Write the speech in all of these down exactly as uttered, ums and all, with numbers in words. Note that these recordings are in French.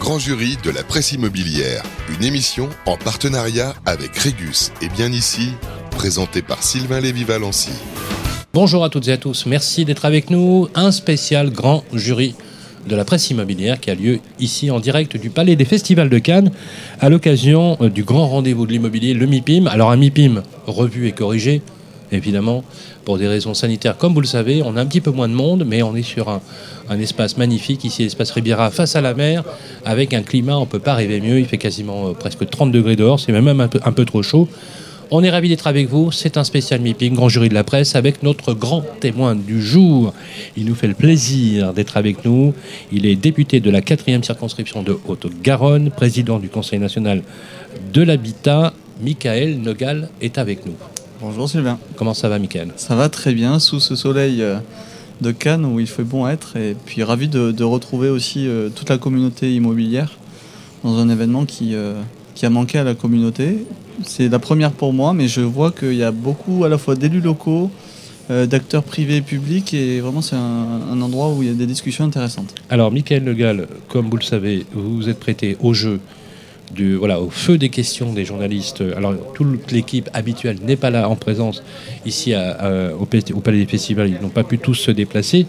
grand jury de la presse immobilière. Une émission en partenariat avec Régus et Bien Ici, présentée par Sylvain Lévy-Valency. Bonjour à toutes et à tous, merci d'être avec nous. Un spécial grand jury de la presse immobilière qui a lieu ici en direct du Palais des Festivals de Cannes à l'occasion du grand rendez-vous de l'immobilier, le MIPIM. Alors un MIPIM revu et corrigé, évidemment, pour des raisons sanitaires. Comme vous le savez, on a un petit peu moins de monde, mais on est sur un, un espace magnifique, ici l'espace Ribiera, face à la mer, avec un climat, on ne peut pas rêver mieux. Il fait quasiment euh, presque trente degrés dehors, c'est même un peu, un peu trop chaud. On est ravis d'être avec vous, c'est un spécial MIPIM, grand jury de la presse, avec notre grand témoin du jour. Il nous fait le plaisir d'être avec nous. Il est député de la quatrième circonscription de Haute-Garonne, président du Conseil national de l'habitat. Michael Nogal est avec nous. Bonjour Sylvain. Comment ça va, Michael ? Ça va très bien, sous ce soleil de Cannes où il fait bon être, et puis ravi de, de retrouver aussi euh, toute la communauté immobilière dans un événement qui, euh, qui a manqué à la communauté. C'est la première pour moi, mais je vois qu'il y a beaucoup à la fois d'élus locaux, euh, d'acteurs privés et publics, et vraiment c'est un, un endroit où il y a des discussions intéressantes. Alors Michael Nogal, comme vous le savez, vous vous êtes prêté au jeu, du, voilà, au feu des questions des journalistes. Alors toute l'équipe habituelle n'est pas là en présence ici à, à, au, au Palais des Festivals, ils n'ont pas pu tous se déplacer.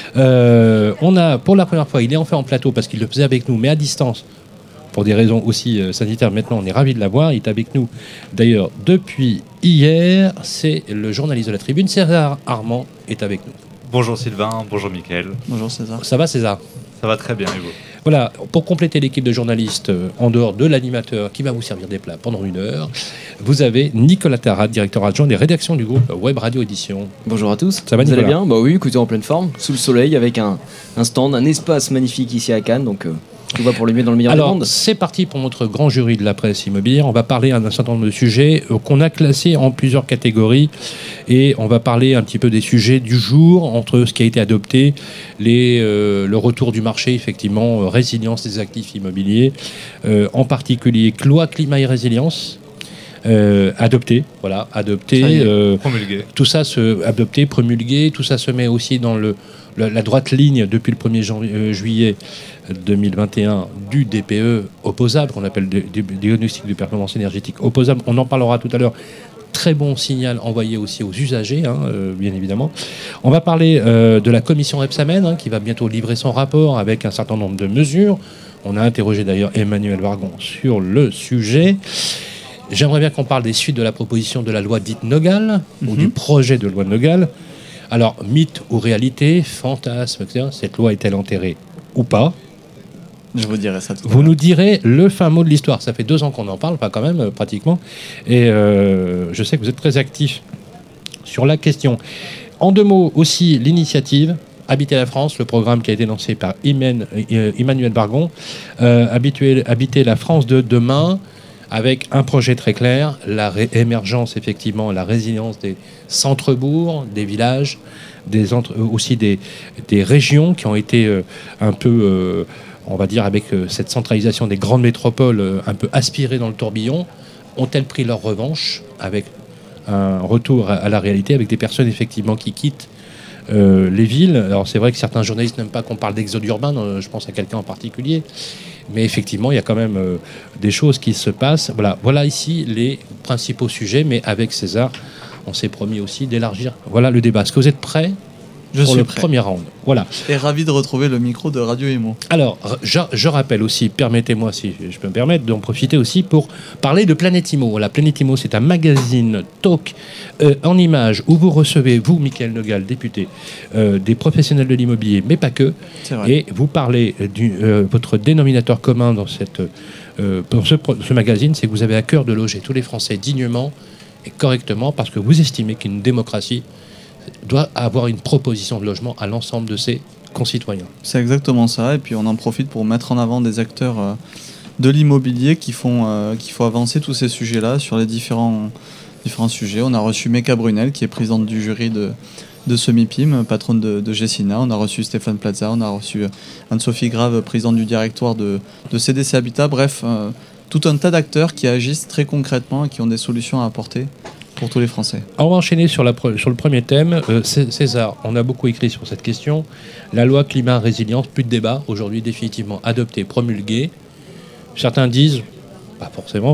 Euh, on a pour la première fois, il est enfin en plateau parce qu'il le faisait avec nous, mais à distance. Pour des raisons aussi euh, sanitaires, maintenant on est ravis de l'avoir. Il est avec nous d'ailleurs depuis hier. C'est le journaliste de la Tribune, César Armand, est avec nous. Bonjour Sylvain, bonjour Michael. Bonjour César. Ça va César ? Ça va très bien et vous ? Voilà, pour compléter l'équipe de journalistes, euh, en dehors de l'animateur qui va vous servir des plats pendant une heure, vous avez Nicolas Tarat, directeur adjoint des rédactions du groupe Web Radio Édition. Bonjour à tous. Ça va, vous Nicolas ? allez bien ? Bah oui, écoutez, en pleine forme, sous le soleil, avec un, un stand, un espace magnifique ici à Cannes, donc euh, tout va pour le mieux dans le meilleur Alors, des mondes. c'est parti pour notre grand jury de la presse immobilière. On va parler d'un certain nombre de sujets euh, qu'on a classés en plusieurs catégories, et on va parler un petit peu des sujets du jour, entre ce qui a été adopté, les, euh, le retour du marché, effectivement, euh, résilience des actifs immobiliers, euh, en particulier loi climat et résilience. Euh, adopté, voilà, adopté, euh, promulgué. Tout ça se adopté, promulgué, tout ça se met aussi dans le, le la droite ligne depuis le premier janvier, euh, juillet deux mille vingt et un du D P E opposable, qu'on appelle le diagnostic de performance énergétique opposable. On en parlera tout à l'heure. Très bon signal envoyé aussi aux usagers, hein, euh, bien évidemment. On va parler euh, de la commission Rebsamen, hein, qui va bientôt livrer son rapport avec un certain nombre de mesures. On a interrogé d'ailleurs Emmanuel Vargon sur le sujet. J'aimerais bien qu'on parle des suites de la proposition de la loi dite Nogal, mm-hmm. ou du projet de loi Nogal. Alors, mythe ou réalité, fantasme, et cetera. Cette loi est-elle enterrée ou pas ? Je vous dirai ça tout à l'heure. Vous nous direz le fin mot de l'histoire. Ça fait deux ans qu'on en parle, pas quand même, euh, pratiquement. Et euh, je sais que vous êtes très actifs sur la question. En deux mots aussi, l'initiative Habiter la France, le programme qui a été lancé par Imen, euh, Emmanuel Vargon. Euh, habituer, habiter la France de demain, avec un projet très clair, la réémergence, effectivement, la résilience des centres-bourgs, des villages, des entre, aussi des, des régions qui ont été euh, un peu... Euh, on va dire avec euh, cette centralisation des grandes métropoles euh, un peu aspirées dans le tourbillon, ont-elles pris leur revanche avec un retour à, à la réalité, avec des personnes effectivement qui quittent euh, les villes. Alors c'est vrai que certains journalistes n'aiment pas qu'on parle d'exode urbain, euh, je pense à quelqu'un en particulier, mais effectivement il y a quand même euh, des choses qui se passent. Voilà, voilà ici les principaux sujets, mais avec César, on s'est promis aussi d'élargir. Voilà le débat. Est-ce que vous êtes prêts ? Je pour suis le prêt. premier round. Voilà. Et ravi de retrouver le micro de Radio Imo. Alors, je, je rappelle aussi, permettez-moi si je peux me permettre, d'en profiter aussi pour parler de Planète Imo. Voilà, Planète Imo, c'est un magazine talk euh, en images où vous recevez, vous, Michael Nogal, député, euh, des professionnels de l'immobilier, mais pas que. C'est vrai. Et vous parlez du euh, votre dénominateur commun dans cette euh, pour ce, ce magazine, c'est que vous avez à cœur de loger tous les Français dignement et correctement, parce que vous estimez qu'une démocratie doit avoir une proposition de logement à l'ensemble de ses concitoyens. C'est exactement ça, et puis on en profite pour mettre en avant des acteurs euh, de l'immobilier qui font, euh, qui font avancer tous ces sujets-là sur les différents, différents sujets. On a reçu Meka Brunel, qui est présidente du jury de, de ce MIPIM, patronne de, de Gessina. On a reçu Stéphane Plaza, on a reçu Anne-Sophie Grave, présidente du directoire de, de C D C Habitat. Bref, euh, tout un tas d'acteurs qui agissent très concrètement et qui ont des solutions à apporter pour tous les Français. On va enchaîner sur, la, sur le premier thème. Euh, César, on a beaucoup écrit sur cette question. La loi climat-résilience, plus de débat. Aujourd'hui, définitivement adoptée, promulguée. Certains disent, pas forcément,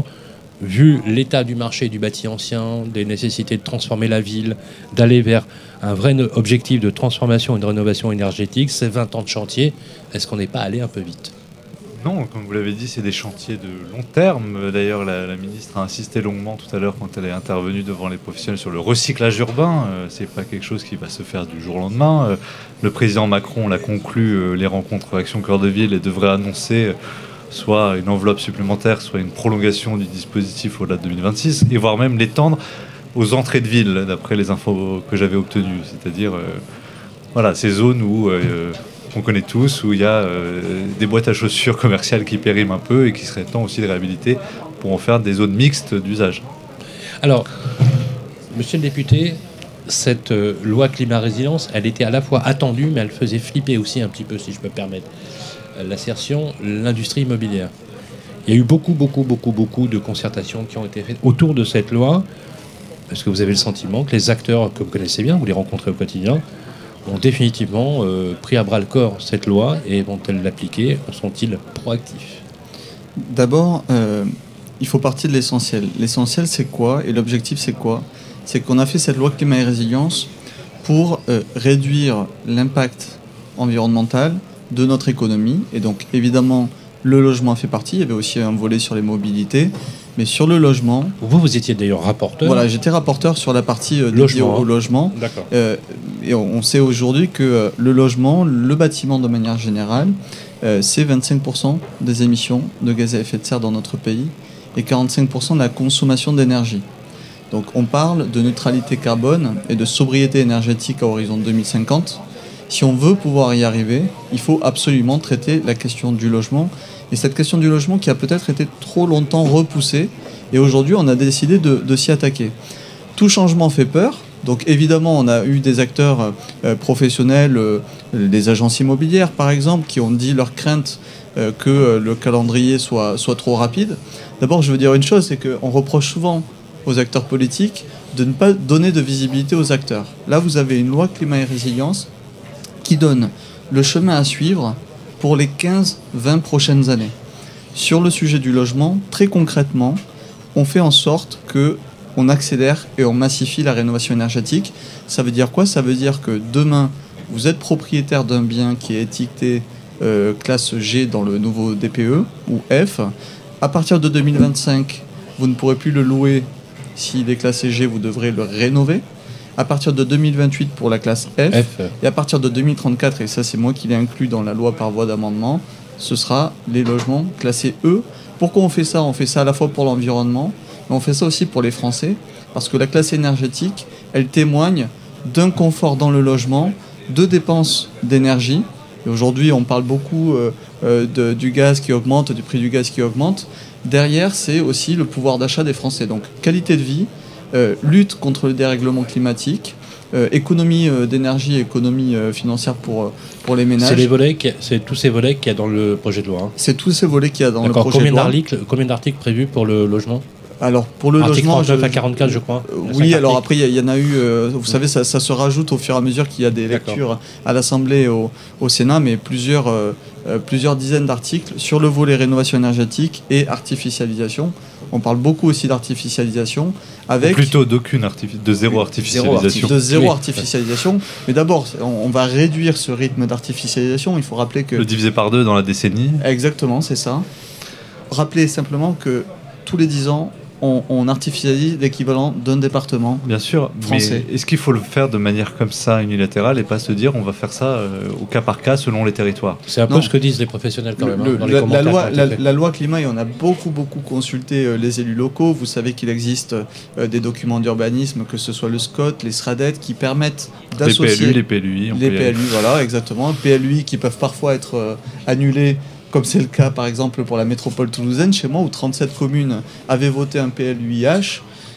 vu l'état du marché du bâti ancien, des nécessités de transformer la ville, d'aller vers un vrai no- objectif de transformation et de rénovation énergétique, c'est vingt ans de chantier. Est-ce qu'on n'est pas allé un peu vite ? Non, comme vous l'avez dit, c'est des chantiers de long terme. D'ailleurs, la, la ministre a insisté longuement tout à l'heure quand elle est intervenue devant les professionnels sur le recyclage urbain. Euh, c'est pas quelque chose qui va se faire du jour au lendemain. Euh, le président Macron l'a conclu, euh, les rencontres Action Cœur de Ville, et devrait annoncer euh, soit une enveloppe supplémentaire, soit une prolongation du dispositif au-delà de deux mille vingt-six, et voire même l'étendre aux entrées de ville, d'après les infos que j'avais obtenues. C'est-à-dire, euh, voilà, ces zones où... Euh, qu'on connaît tous, où il y a euh, des boîtes à chaussures commerciales qui périment un peu et qui serait temps aussi de réhabiliter pour en faire des zones mixtes d'usage. Alors, monsieur le député, cette euh, loi climat-résilience, elle était à la fois attendue, mais elle faisait flipper aussi un petit peu, si je peux me permettre, euh, l'assertion, l'industrie immobilière. Il y a eu beaucoup, beaucoup, beaucoup, beaucoup de concertations qui ont été faites autour de cette loi. Est-ce que vous avez le sentiment que les acteurs que vous connaissez bien, vous les rencontrez au quotidien, ont définitivement euh, pris à bras-le-corps cette loi et vont-elles l'appliquer? Sont-ils proactifs? D'abord, euh, il faut partir de l'essentiel. L'essentiel, c'est quoi? Et l'objectif, c'est quoi? C'est qu'on a fait cette loi climat et résilience pour euh, réduire l'impact environnemental de notre économie. Et donc, évidemment, le logement fait partie. Il y avait aussi un volet sur les mobilités. Mais sur le logement... Vous, vous étiez d'ailleurs rapporteur. Voilà, j'étais rapporteur sur la partie euh, dédiée au, au logement. D'accord. Euh, et on, on sait aujourd'hui que euh, le logement, le bâtiment de manière générale, euh, c'est vingt-cinq pour cent des émissions de gaz à effet de serre dans notre pays et quarante-cinq pour cent de la consommation d'énergie. Donc on parle de neutralité carbone et de sobriété énergétique à horizon deux mille cinquante. Si on veut pouvoir y arriver, il faut absolument traiter la question du logement. Et cette question du logement qui a peut-être été trop longtemps repoussée. Et aujourd'hui, on a décidé de, de s'y attaquer. Tout changement fait peur. Donc évidemment, on a eu des acteurs euh, professionnels, euh, des agences immobilières par exemple, qui ont dit leur crainte euh, que euh, le calendrier soit, soit trop rapide. D'abord, je veux dire une chose, c'est qu'on reproche souvent aux acteurs politiques de ne pas donner de visibilité aux acteurs. Là, vous avez une loi climat et résilience qui donne le chemin à suivre pour les quinze vingt prochaines années. Sur le sujet du logement, très concrètement, on fait en sorte qu'on accélère et on massifie la rénovation énergétique. Ça veut dire quoi? Ça veut dire que demain, vous êtes propriétaire d'un bien qui est étiqueté euh, classe G dans le nouveau D P E ou F. À partir de deux mille vingt-cinq, vous ne pourrez plus le louer. S'il est classé G, vous devrez le rénover. À partir de deux mille vingt-huit pour la classe F, F. Et à partir de deux mille trente-quatre, et ça c'est moi qui l'ai inclus dans la loi par voie d'amendement, ce sera les logements classés E. Pourquoi on fait ça? On fait ça à la fois pour l'environnement, mais on fait ça aussi pour les Français, parce que la classe énergétique, elle témoigne d'un confort dans le logement, de dépenses d'énergie. Et aujourd'hui, on parle beaucoup euh, euh, de, du gaz qui augmente, du prix du gaz qui augmente. Derrière, c'est aussi le pouvoir d'achat des Français. Donc, qualité de vie, Euh, lutte contre le dérèglement climatique, euh, économie euh, d'énergie, économie euh, financière pour, euh, pour les ménages. C'est, les volets qui, c'est tous ces volets qu'il y a dans le projet de loi. Hein. C'est tous ces volets qu'il y a dans D'accord. le projet Combien de loi. d'articles, combien d'articles prévus pour le logement? Alors, pour le Article logement... trente-neuf je, à quarante-quatre, je crois. Oui, alors après, il y, y en a eu... Euh, vous mmh. savez, ça, ça se rajoute au fur et à mesure qu'il y a des D'accord. lectures à l'Assemblée et au, au Sénat, mais plusieurs, euh, euh, plusieurs dizaines d'articles sur le volet rénovation énergétique et artificialisation. On parle beaucoup aussi d'artificialisation. Avec Ou plutôt d'aucune artifici- de zéro artificialisation. De zéro Oui. artificialisation. Mais d'abord, on, on va réduire ce rythme d'artificialisation. Il faut rappeler que... Le diviser par deux dans la décennie. Exactement, c'est ça. Rappelez simplement que tous les dix ans, on, on artificialise l'équivalent d'un département. Bien sûr, français. Mais est-ce qu'il faut le faire de manière comme ça, unilatérale, et pas se dire on va faire ça euh, au cas par cas selon les territoires? C'est un Non. peu ce que disent les professionnels quand même. Le, hein, dans le, les la, commentaires loi, qui ont été la, faits. la loi climat, et on a beaucoup beaucoup consulté euh, les élus locaux. Vous savez qu'il existe euh, des documents d'urbanisme, que ce soit le SCOT, les SRADET, qui permettent d'associer les P L U, les P L U I. on les peut y P aller. L U, voilà, exactement. P L U I qui peuvent parfois être euh, annulés, comme c'est le cas par exemple pour la métropole toulousaine, chez moi, où trente-sept communes avaient voté un P L U I H.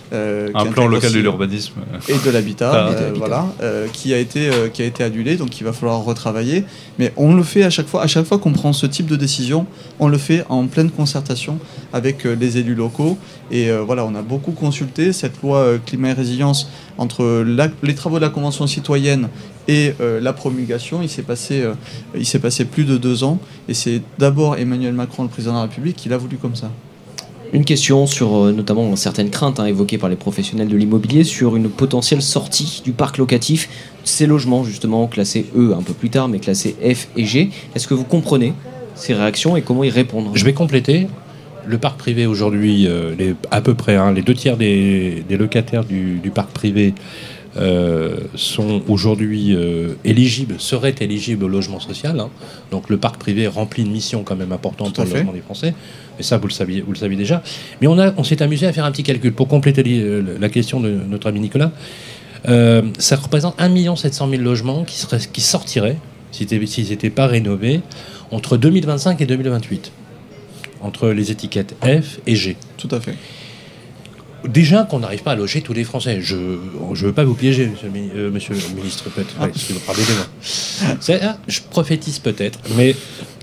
Euh, un qui plan intègre local aussi- de l'urbanisme. et de l'habitat, Ah, euh, et de l'habitat. voilà, euh, qui a été euh, qui a été annulé, donc il va falloir retravailler. Mais on le fait à chaque fois, à chaque fois qu'on prend ce type de décision, on le fait en pleine concertation avec euh, les élus locaux. Et euh, voilà, on a beaucoup consulté cette loi euh, climat et résilience entre la- les travaux de la Convention citoyenne et euh, la promulgation. Il s'est passé euh, il s'est passé plus de deux ans, et c'est d'abord Emmanuel Macron, le président de la République, qui l'a voulu comme ça. Une question sur euh, notamment certaines craintes hein, évoquées par les professionnels de l'immobilier sur une potentielle sortie du parc locatif, ces logements justement classés E un peu plus tard, mais classés F et G. Est-ce que vous comprenez ces réactions et comment y répondre? Je vais compléter. Le parc privé aujourd'hui, euh, les- à peu près, hein, les deux tiers des, des locataires du, du parc privé euh, sont aujourd'hui euh, éligibles, seraient éligibles au logement social. Hein. Donc le parc privé remplit une mission quand même importante Tout à pour le fait. logement des Français. Mais ça, vous le saviez, vous le saviez déjà. Mais on, a, on s'est amusé à faire un petit calcul pour compléter li- la question de notre ami Nicolas. Euh, ça représente un million sept cent mille logements qui, seraient, qui sortiraient, s'ils n'étaient pas rénovés, entre deux mille vingt-cinq et deux mille vingt-huit. Entre les étiquettes F et G. Tout à fait. Déjà qu'on n'arrive pas à loger tous les Français. Je ne veux pas vous piéger, monsieur le, mini- euh, monsieur le ministre, peut-être. Ouais, excusez-moi, pardonnez-moi. C'est- ah, je prophétise peut-être, mais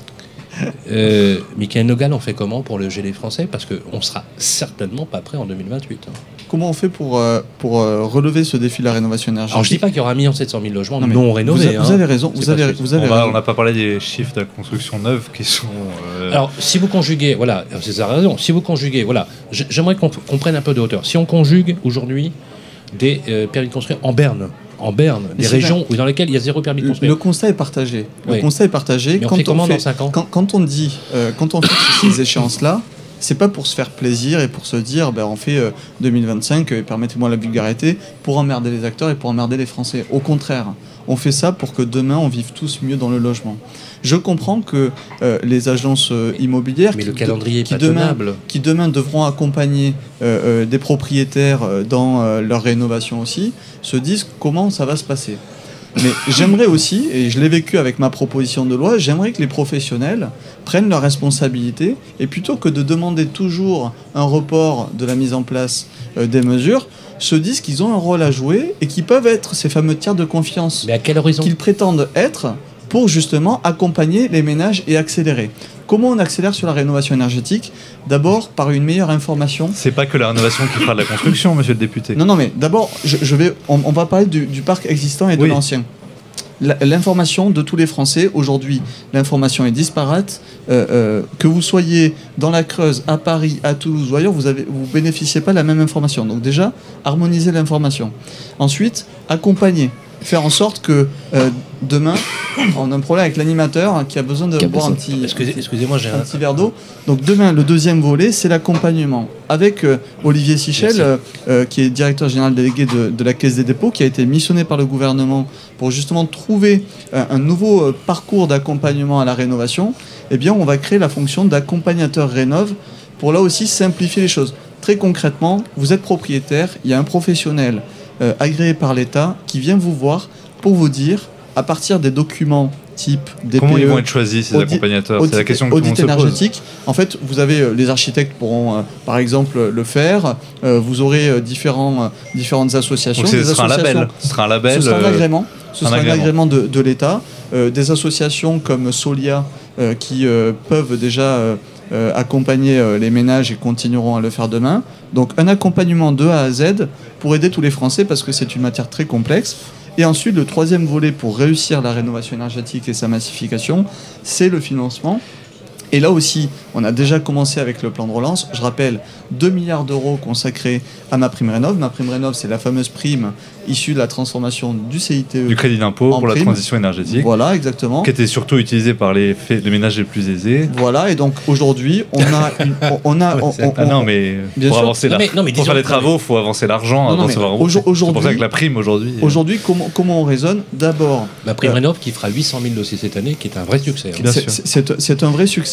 euh, Michael Nogal, on fait comment pour loger les Français? Parce qu'on ne sera certainement pas prêt en deux mille vingt-huit. hein. Comment on fait pour, euh, pour euh, relever ce défi de la rénovation énergétique? Alors je dis pas qu'il y aura un million sept cent mille logements Non, mais non vous, rénovés. a- vous hein. avez raison, C'est vous pas avez, ce que- vous avez On va- raison. on n'a pas parlé des chiffres de la construction neuve qui sont. euh, Alors, si vous conjuguez, voilà, c'est ça raison, si vous conjuguez, voilà, j- j'aimerais qu'on qu'on prenne un peu de hauteur. Si on conjugue aujourd'hui des euh, permis de construire en Berne, en Berne, des c'est régions où, dans lesquelles il y a zéro permis de Le, construire. le constat est partagé. Le Oui. constat est partagé. Mais on fait comment dans cinq ans quand, quand on dit, euh, quand on fixe ces échéances-là, c'est pas pour se faire plaisir et pour se dire, ben, on fait euh, deux mille vingt-cinq, euh, permettez-moi la vulgarité, pour emmerder les acteurs et pour emmerder les Français. Au contraire, on fait ça pour que demain on vive tous mieux dans le logement. Je comprends que euh, les agences euh, immobilières Mais qui, le calendrier est qui pas demain, tenable. qui demain devront accompagner euh, euh, des propriétaires euh, dans euh, leur rénovation aussi, se disent comment ça va se passer. Mais j'aimerais aussi, et je l'ai vécu avec ma proposition de loi, j'aimerais que les professionnels prennent leurs responsabilités et plutôt que de demander toujours un report de la mise en place euh, des mesures, se disent qu'ils ont un rôle à jouer et qu'ils peuvent être ces fameux tiers de confiance Mais à quel horizon? qu'ils prétendent être pour justement accompagner les ménages et accélérer. Comment on accélère sur la rénovation énergétique? D'abord par une meilleure information. C'est pas que la rénovation qui fera de la construction, monsieur le député. Non, non, mais d'abord, je, je vais, on, on va parler du, du parc existant et de Oui. l'ancien. La- L'information de tous les Français, aujourd'hui, l'information est disparate. Euh, euh, que vous soyez dans la Creuse, à Paris, à Toulouse ou ailleurs, vous ne vous bénéficiez pas de la même information. Donc déjà, harmoniser l'information. Ensuite, accompagner. Faire en sorte que euh, demain, on a un problème avec l'animateur hein, qui a besoin de Qui a boire un besoin. petit, Excusez- Excusez-moi, j'ai un un. petit verre d'eau. Donc demain, le deuxième volet, c'est l'accompagnement. Avec euh, Olivier Sichel, Merci. euh, euh, qui est directeur général délégué de, de la Caisse des dépôts, qui a été missionné par le gouvernement pour justement trouver euh, un nouveau euh, parcours d'accompagnement à la rénovation. Eh bien, on va créer la fonction d'accompagnateur rénov pour là aussi simplifier les choses. Très concrètement, vous êtes propriétaire, il y a un professionnel euh, agréé par l'État qui vient vous voir pour vous dire, à partir des documents type D P E, Comment ils vont être choisis, ces audit- accompagnateurs? C'est la audit, question que tout le audit monde se pose. énergétique. En fait, vous avez euh, les architectes pourront, euh, par exemple, le faire. Euh, vous aurez euh, différents, euh, différentes associations. Donc ce Des sera un associations- label. Ce sera un label. Ce sera un euh, agrément. Ce un sera un agrément. agrément de, de l'État. Euh, des associations comme Solia euh, qui euh, peuvent déjà euh, euh, accompagner euh, les ménages et continueront à le faire demain. Donc un accompagnement de A à Z pour aider tous les Français parce que c'est une matière très complexe. Et ensuite, le troisième volet pour réussir la rénovation énergétique et sa massification, c'est le financement. Et là aussi, on a déjà commencé avec le plan de relance. Je rappelle, deux milliards d'euros consacrés à MaPrimeRénov'. MaPrimeRénov', c'est la fameuse prime issue de la transformation du C I T E. Du crédit d'impôt En pour la prime. transition énergétique, Voilà, exactement. qui était surtout utilisé par les, fait- les ménages les plus aisés. Voilà, et donc aujourd'hui, on a... Une, on, on a on- on- Ah non, mais Bien pour sûr. avancer Non, la- mais- non, mais pour disons- faire les travaux, il faut avancer l'argent Non, non, avant de mais se voir aujourd- rembourser. C'est pour ça aujourd'hui- que la prime aujourd'hui. euh, Aujourd'hui, comment, comment on raisonne? D'abord, Ma prime rénov qui fera huit cent mille dossiers cette année, qui est un vrai succès. hein. Bien c'est- sûr. c'est c'est- c'est un vrai succès.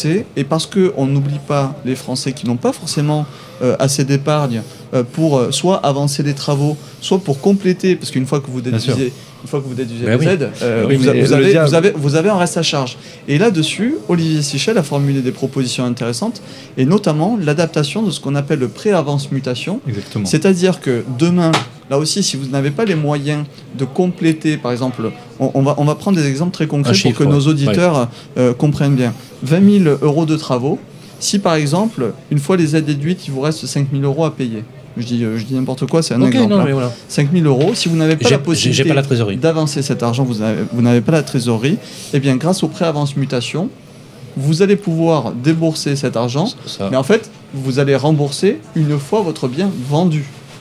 rembourser, et parce qu'on n'oublie pas les Français qui n'ont pas forcément euh, assez d'épargne euh, pour euh, soit avancer des travaux, soit pour compléter, parce qu'une fois que vous déduisez, une fois que vous déduisez Ben les oui. aides, euh, Oui, vous, mais vous le avez, diable- vous, avez, vous avez un reste à charge. Et là-dessus, Olivier Sichel a formulé des propositions intéressantes, et notamment l'adaptation de ce qu'on appelle le pré-avance mutation. Exactement. C'est-à-dire que demain, là aussi, si vous n'avez pas les moyens de compléter, par exemple, on, on va, on va prendre des exemples très concrets Un chiffre, pour que nos ouais. auditeurs euh, comprennent bien. vingt mille euros de travaux, si par exemple, une fois les aides déduites, il vous reste cinq mille euros à payer. Je dis, euh, je dis n'importe quoi, c'est un Ok, exemple. non, hein. mais voilà. cinq mille euros, si vous n'avez pas J'ai- la j'ai- possibilité j'ai pas la trésorerie. d'avancer cet argent, vous n'avez vous n'avez pas la trésorerie, eh bien grâce au pré-avance mutation, vous allez pouvoir débourser cet argent, Ça. mais en fait, vous allez rembourser une fois votre bien vendu.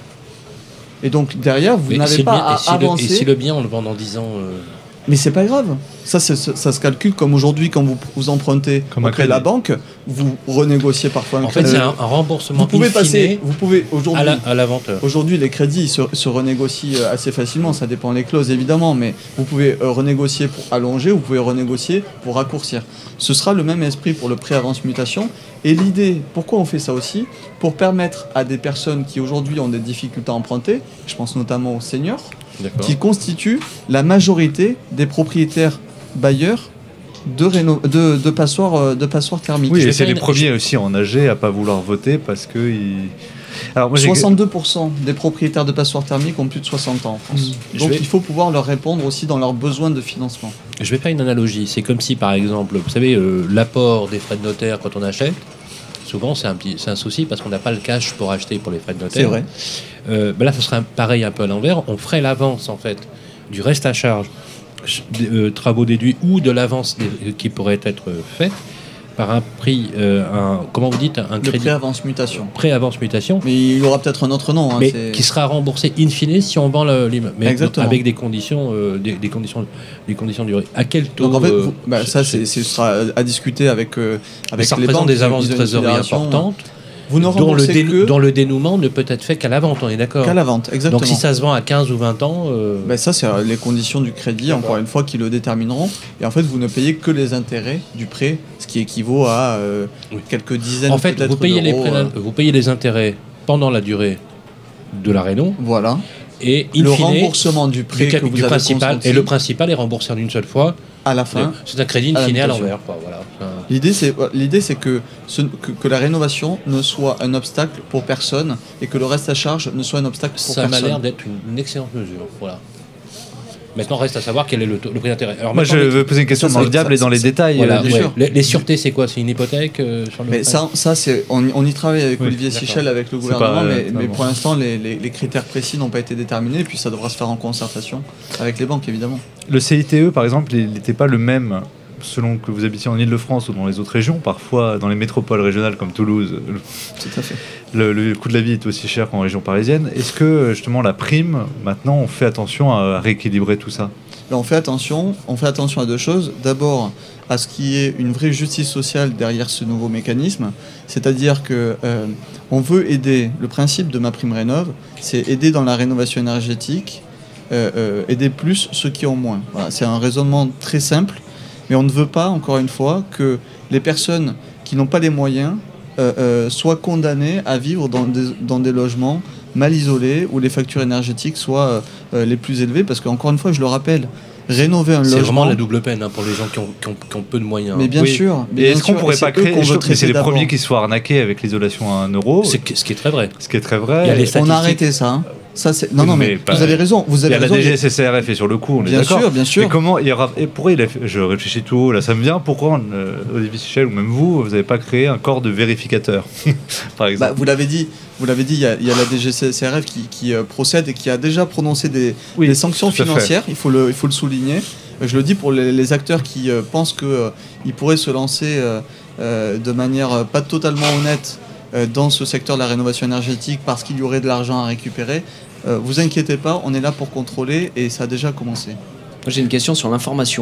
Et donc derrière, vous Mais n'avez si le pas bien- à et si le- avancer. Et si le bien, on le vend dans dix ans euh, Mais c'est pas grave. Ça, c'est- ça se calcule comme aujourd'hui quand vous, vous empruntez Comme un auprès de la crédit. banque, vous renégociez parfois un En fait, crédit. c'est un, un remboursement vous pouvez in fine passer, vous pouvez à aujourd'hui. la, à la vente. Aujourd'hui, les crédits se, se renégocient euh, assez facilement, ça dépend des clauses évidemment, mais vous pouvez euh, renégocier pour allonger, vous pouvez renégocier pour raccourcir. Ce sera le même esprit pour le pré-avance mutation. Et l'idée, pourquoi on fait ça aussi? Pour permettre à des personnes qui aujourd'hui ont des difficultés à emprunter, je pense notamment aux seniors, D'accord. qui constituent la majorité des propriétaires bailleurs de, réno- de, de, passoires, euh, de passoires thermiques. Oui, Je et vais c'est faire les une- premiers aussi en âgé à pas vouloir voter parce que ils... Alors moi j'ai soixante-deux pour cent des propriétaires de passoires thermiques ont plus de soixante ans en France. Je Donc vais- il faut pouvoir leur répondre aussi dans leurs besoins de financement. Je vais faire une analogie. C'est comme si, par exemple, vous savez, euh, l'apport des frais de notaire quand on achète, souvent c'est un, petit, c'est un souci parce qu'on n'a pas le cash pour acheter pour les frais de notaire. C'est vrai. Euh, ben là, ce serait un- pareil un peu à l'envers. On ferait l'avance, en fait, du reste à charge, ch- des, euh, travaux déduits ou de l'avance des- qui pourrait être euh, faite par un prix, euh, un, comment vous dites, un Le crédit pré-avance mutation. pré-avance mutation, Mais il aura peut-être un autre nom. hein, mais c'est- qui sera remboursé in fine si on vend le- l'immeuble, mais Exactement. avec des conditions, euh, des, des conditions, des conditions durées. À quel taux Donc en fait, euh, vous- bah, ça, c'est, c'est- ce sera à discuter avec, euh, mais avec ça les représente banques. des qui- avances qui de ont une trésorerie fédération. importantes, Vous ne dont le, remboursez dé- que dont le dénouement ne peut être fait qu'à la vente, on est d'accord. qu'à la vente. Exactement. Donc si ça se vend à quinze ou vingt ans, euh, Ben ça, c'est euh, les conditions du crédit, encore une fois, qui le détermineront. Et en fait, vous ne payez que les intérêts du prêt, ce qui équivaut à euh, Oui. quelques dizaines en fait, peut-être vous payez, les d'euros, prélève- euh, vous payez les intérêts pendant la durée de la réno, Voilà. et in Le fine, remboursement du prêt du, que cap- vous du avez principal, consenti et le principal est remboursé en une seule fois. à la fin. C'est un crédit in à la fine à mutation. l'envers. quoi, Voilà. Enfin, L'idée, c'est l'idée, c'est que, ce- que que la rénovation ne soit un obstacle pour personne et que le reste à charge ne soit un obstacle pour Ça m'a personne. l'air d'être une, une excellente mesure. Voilà. Maintenant, reste à savoir quel est le, taux- le prix d'intérêt. Alors, Moi je maintenant, les- veux poser une question Ça, dans ça- le diable ça- et dans les ça- détails. voilà, euh, bien ouais. sûr. les, les sûretés, c'est quoi? C'est une hypothèque euh, sur le Mais prêt ça, ça c'est, on, on y travaille avec Oui, Olivier d'accord. Sichel, avec le C'est gouvernement, pas, euh, mais, mais vraiment. pour l'instant, les, les- les critères précis n'ont pas été déterminés, et puis ça devra se faire en concertation avec les banques, évidemment. Le C I T E, par exemple, il n'était pas le même selon que vous habitiez en Ile-de-France ou dans les autres régions. Parfois, dans les métropoles régionales comme Toulouse, le- Tout à fait. le, le coût de la vie est aussi cher qu'en région parisienne. Est-ce que, justement, la prime, maintenant, on fait attention à rééquilibrer tout ça? Là, on fait attention, on fait attention à deux choses. D'abord, à ce qu'il y ait une vraie justice sociale derrière ce nouveau mécanisme, c'est-à-dire que euh, on veut aider. Le principe de ma prime rénov, c'est aider dans la rénovation énergétique, euh, euh, aider plus ceux qui ont moins. Voilà, c'est un raisonnement très simple, mais on ne veut pas, encore une fois, que les personnes qui n'ont pas les moyens euh, euh, soient condamnées à vivre dans des, dans des logements mal isolés où les factures énergétiques soient euh, euh, les plus élevées, parce qu'encore une fois, je le rappelle, rénover un C'est logement. vraiment la double peine hein, pour les gens qui ont, qui ont- qui ont peu de moyens. Mais bien Oui. sûr. mais Et bien est-ce qu'on sûr, pourrait et pas c'est eux créer... qu'on veut je trouve que traiter c'est les d'abord. premiers qui se soient arnaqués avec l'isolation à un euro, C'est que- ce qui est très vrai. ce qui est très vrai. Il y a les On a statistiques. arrêté ça. hein. Ça, c'est... Non, Oui, non, mais mais, pas- vous avez raison. Vous Il y avez a la raison. D G S C R F est sur le coup, on est Bien d'accord. sûr, bien sûr. Mais comment il y aura... Et pourquoi il a fait... Je réfléchis tout haut, là ça me vient. Pourquoi euh, Olivier Sichel ou même vous, vous n'avez pas créé un corps de vérificateurs, par exemple? Bah, vous l'avez dit, vous l'avez dit, il y, a- il y a la D G S C R F qui, qui, euh, procède et qui a déjà prononcé des, Oui, des sanctions tout à fait. financières. Il faut le, il faut le souligner. Euh, Je le dis pour les, les acteurs qui euh, pensent qu'ils pourraient se lancer euh, euh, de manière euh, pas totalement honnête euh, dans ce secteur de la rénovation énergétique parce qu'il y aurait de l'argent à récupérer. Euh, vous inquiétez pas, on est là pour contrôler et ça a déjà commencé. Moi, j'ai une question sur l'information.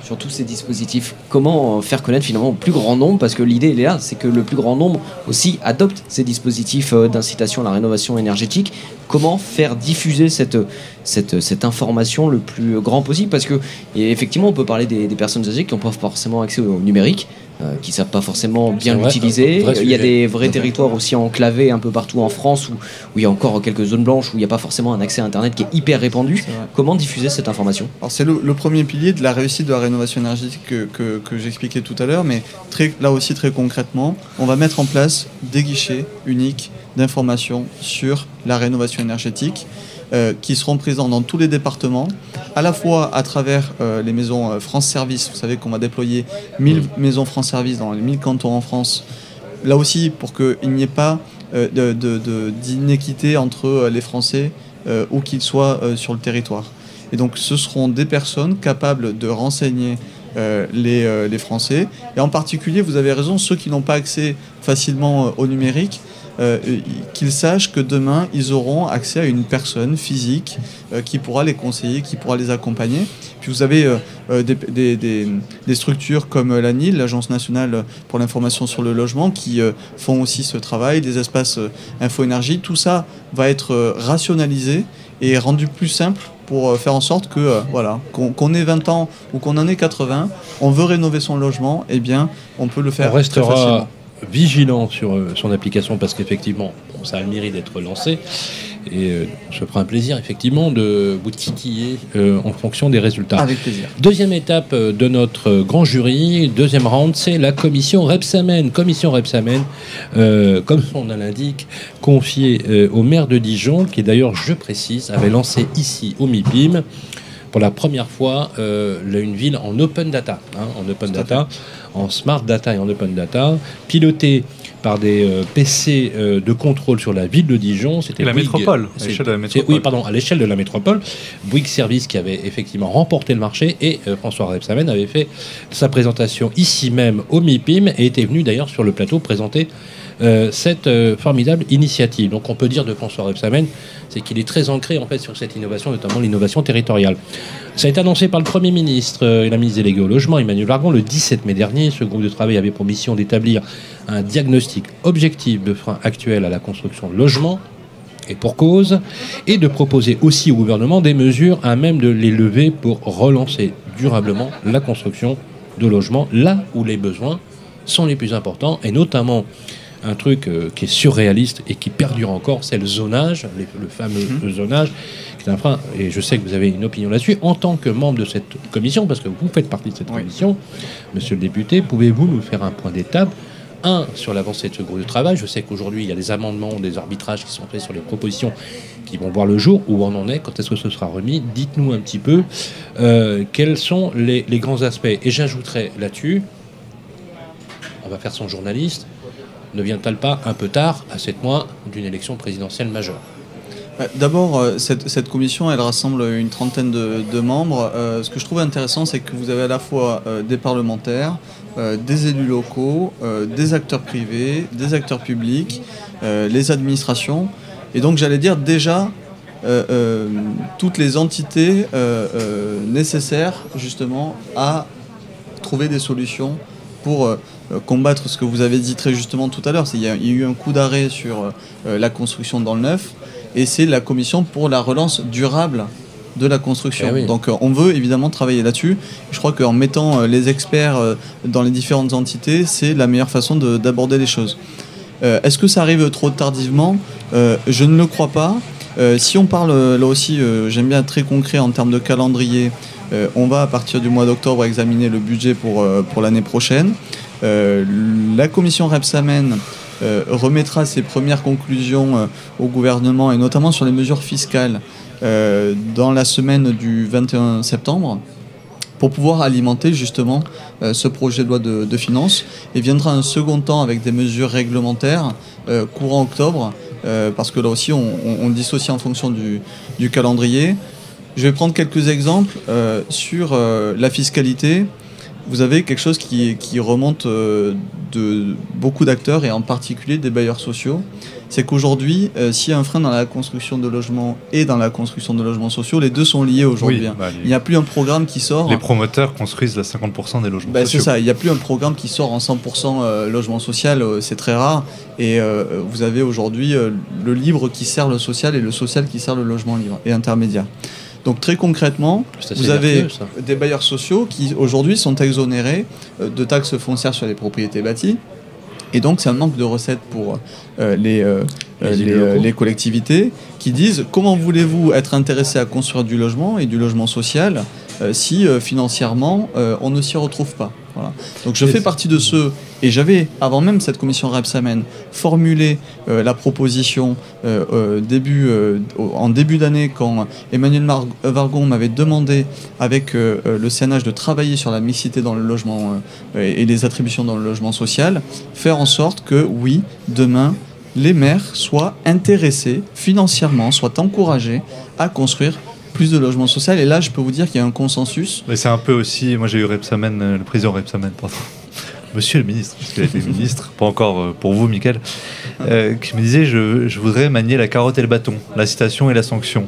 sur tous ces dispositifs. Comment faire connaître finalement au plus grand nombre, parce que l'idée elle est là, c'est que le plus grand nombre aussi adopte ces dispositifs d'incitation à la rénovation énergétique. Comment faire diffuser cette, cette, cette information le plus grand possible, parce que et effectivement on peut parler des, des personnes âgées qui n'ont pas forcément accès au numérique, euh, qui ne savent pas forcément bien l'utiliser. Il y a des vrais territoires aussi enclavés un peu partout en France où, où il y a encore quelques zones blanches où il n'y a pas forcément un accès à Internet qui est hyper répandu. Comment diffuser cette information? Alors c'est le, le premier pilier de la réussite de la rénovation énergétique que, que, que j'expliquais tout à l'heure, mais très, là aussi très concrètement, on va mettre en place des guichets uniques d'information sur la rénovation énergétique euh, qui seront présents dans tous les départements, à la fois à travers euh, les maisons euh, France Service. Vous savez qu'on va déployer mille maisons France Service dans les mille cantons en France, là aussi pour qu'il n'y ait pas euh, de, de, de, d'inéquité entre les Français euh, où qu'ils soient euh, sur le territoire. Et donc ce seront des personnes capables de renseigner euh, les, euh, les Français, et en particulier, vous avez raison, ceux qui n'ont pas accès facilement euh, au numérique, Euh, qu'ils sachent que demain ils auront accès à une personne physique euh, qui pourra les conseiller, qui pourra les accompagner. Puis vous avez euh, euh, des, des, des, des structures comme l'A N I L, l'Agence nationale pour l'information sur le logement, qui euh, font aussi ce travail, des espaces euh, info-énergie. Tout ça va être euh, rationalisé et rendu plus simple pour euh, faire en sorte que euh, voilà, qu'on, qu'on ait vingt ans ou qu'on en ait quatre-vingts, on veut rénover son logement, eh bien on peut le faire on restera très facilement. Vigilant sur euh, son application, parce qu'effectivement bon, ça a le mérite d'être lancé, et euh, je ferai un plaisir effectivement de vous titiller euh, en fonction des résultats. Avec plaisir. Deuxième étape euh, de notre euh, grand jury, deuxième round, c'est la commission Rebsamen. Commission Rebsamen, euh, comme son nom l'indique, confiée euh, au maire de Dijon, qui d'ailleurs, je précise, avait lancé ici au MIPIM pour la première fois euh, une ville en open data, hein, en open data, en smart data et en open data, pilotée par des euh, P C euh, de contrôle sur la ville de Dijon. C'était la Bouygues, métropole, à l'échelle de la métropole. Oui, pardon, à l'échelle de la métropole. Bouygues Service qui avait effectivement remporté le marché, et euh, François Rebsamen avait fait sa présentation ici même au MIPIM et était venu d'ailleurs sur le plateau présenter Euh, cette euh, formidable initiative. Donc on peut dire de François Rebsamen, c'est qu'il est très ancré en fait sur cette innovation, notamment l'innovation territoriale. Ça a été annoncé par le Premier ministre euh, et la ministre déléguée au logement, Emmanuel Vargon, le dix-sept mai dernier. Ce groupe de travail avait pour mission d'établir un diagnostic objectif de frein actuel à la construction de logements, et pour cause, et de proposer aussi au gouvernement des mesures à même de les lever pour relancer durablement la construction de logements là où les besoins sont les plus importants, et notamment un truc euh, qui est surréaliste et qui perdure encore, c'est le zonage, les, le fameux mmh. zonage, qui est un frein, et je sais que vous avez une opinion là-dessus. En tant que membre de cette commission, parce que vous faites partie de cette oui. commission, monsieur le député, pouvez-vous nous faire un point d'étape, un, sur l'avancée de ce groupe de travail? Je sais qu'aujourd'hui, il y a des amendements, des arbitrages qui sont faits sur les propositions qui vont voir le jour. Où on en est? Quand est-ce que ce sera remis? Dites-nous un petit peu euh, quels sont les, les grands aspects. Et j'ajouterai là-dessus, on va faire son journaliste, ne vient-elle pas un peu tard, à sept mois d'une élection présidentielle majeure? D'abord, cette, cette commission, elle rassemble une trentaine de, de membres. Euh, ce que je trouve intéressant, c'est que vous avez à la fois euh, des parlementaires, euh, des élus locaux, euh, des acteurs privés, des acteurs publics, euh, les administrations. Et donc, j'allais dire déjà euh, euh, toutes les entités euh, euh, nécessaires, justement, à trouver des solutions pour euh, combattre ce que vous avez dit très justement tout à l'heure. C'est, il, y a, il y a eu un coup d'arrêt sur euh, la construction dans le neuf, et c'est la commission pour la relance durable de la construction. Eh oui. Donc euh, on veut évidemment travailler là-dessus. Je crois qu'en mettant euh, les experts euh, dans les différentes entités, c'est la meilleure façon de, d'aborder les choses. Euh, est-ce que ça arrive trop tardivement? euh, Je ne le crois pas. Euh, si on parle, là aussi, euh, j'aime bien très concret en termes de calendrier, euh, on va à partir du mois d'octobre examiner le budget pour, euh, pour l'année prochaine. Euh, la commission Rebsamen euh, remettra ses premières conclusions euh, au gouvernement, et notamment sur les mesures fiscales, euh, dans la semaine du vingt et un septembre, pour pouvoir alimenter justement euh, ce projet de loi de, de finances. Et viendra un second temps avec des mesures réglementaires euh, courant octobre, euh, parce que là aussi on, on, on dissocie en fonction du, du calendrier. Je vais prendre quelques exemples euh, sur euh, la fiscalité. vous avez quelque chose qui, qui remonte euh, de beaucoup d'acteurs et en particulier des bailleurs sociaux. C'est qu'aujourd'hui, euh, s'il y a un frein dans la construction de logements et dans la construction de logements sociaux, les deux sont liés aujourd'hui. Oui, bah, les... Il n'y a plus un programme qui sort... Les promoteurs construisent à cinquante pour cent des logements bah, sociaux. C'est ça, il n'y a plus un programme qui sort en cent pour cent euh, logement social, euh, c'est très rare. Et euh, vous avez aujourd'hui euh, le libre qui sert le social et le social qui sert le logement libre et intermédiaire. Donc très concrètement, vous avez vertueux, des bailleurs sociaux qui aujourd'hui sont exonérés euh, de taxes foncières sur les propriétés bâties. Et donc, c'est un manque de recettes pour euh, les, euh, les, les, euh, les collectivités qui disent comment voulez-vous être intéressé à construire du logement et du logement social euh, si euh, financièrement euh, on ne s'y retrouve pas. Voilà. Donc, je fais partie de ceux, et j'avais, avant même cette commission Rebsamen, formulé euh, la proposition euh, euh, début, euh, en début d'année quand Emmanuel Mar- Vargon m'avait demandé avec euh, le C N H de travailler sur la mixité dans le logement euh, et les attributions dans le logement social, faire en sorte que, oui, demain, les maires soient intéressés financièrement, soient encouragés à construire plus de logements sociaux. Et là, je peux vous dire qu'il y a un consensus. Mais c'est un peu aussi, moi j'ai eu Rebsamen, le président Rebsamen, pardon, monsieur le ministre, parce qu'il a été ministre, pas encore pour vous, Mickaël, euh, qui me disait je, je voudrais manier la carotte et le bâton, l'incitation et la sanction.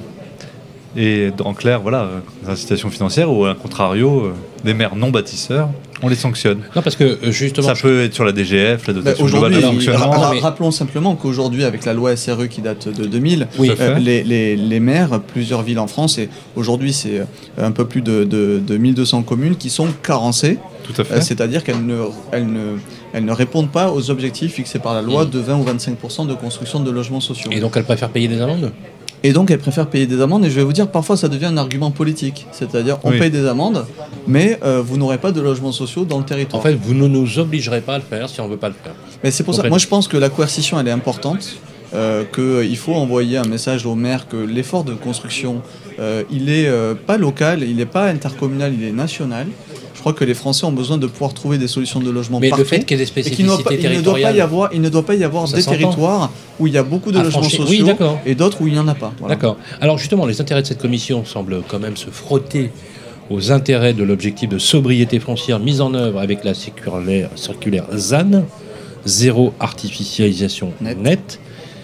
Et en clair, voilà, l'incitation financière ou à contrario, des maires non bâtisseurs, on les sanctionne. Non, parce que justement. Ça je... peut être sur la D G F, la dotation bah, globale de fonctionnement. Alors, mais... Rappelons simplement qu'aujourd'hui, avec la loi S R E qui date de deux mille, oui, euh, les, les, les maires, plusieurs villes en France, et aujourd'hui c'est un peu plus de, de, de mille deux cents communes qui sont carencées. Tout à fait. Euh, c'est-à-dire qu'elles ne, elles ne, elles ne répondent pas aux objectifs fixés par la loi mmh. de vingt ou vingt-cinq pour cent de construction de logements sociaux. Et donc elles préfèrent payer des amendes ? Et donc, elles préfèrent payer des amendes. Et je vais vous dire, parfois, ça devient un argument politique. C'est-à-dire, on oui. paye des amendes, mais euh, vous n'aurez pas de logements sociaux dans le territoire. En fait, vous ne nous obligerez pas à le faire si on ne veut pas le faire. Mais c'est pour ça. Moi, je pense que la coercition, elle est importante. Euh, qu'il faut envoyer un message aux maires que l'effort de construction, euh, il est euh, pas local, il n'est pas intercommunal, il est national. Je crois que les Français ont besoin de pouvoir trouver des solutions de logement mais partout. le fait qu'il y ait des spécificités et qu'il pas, territoriales... Il ne doit pas y avoir, il ne doit pas y avoir des s'entend. territoires où il y a beaucoup de logements sociaux oui, et d'autres où il n'y en a pas. Voilà. D'accord. Alors justement, les intérêts de cette commission semblent quand même se frotter aux intérêts de l'objectif de sobriété foncière mis en œuvre avec la circulaire, circulaire Z A N, zéro artificialisation nette. Net.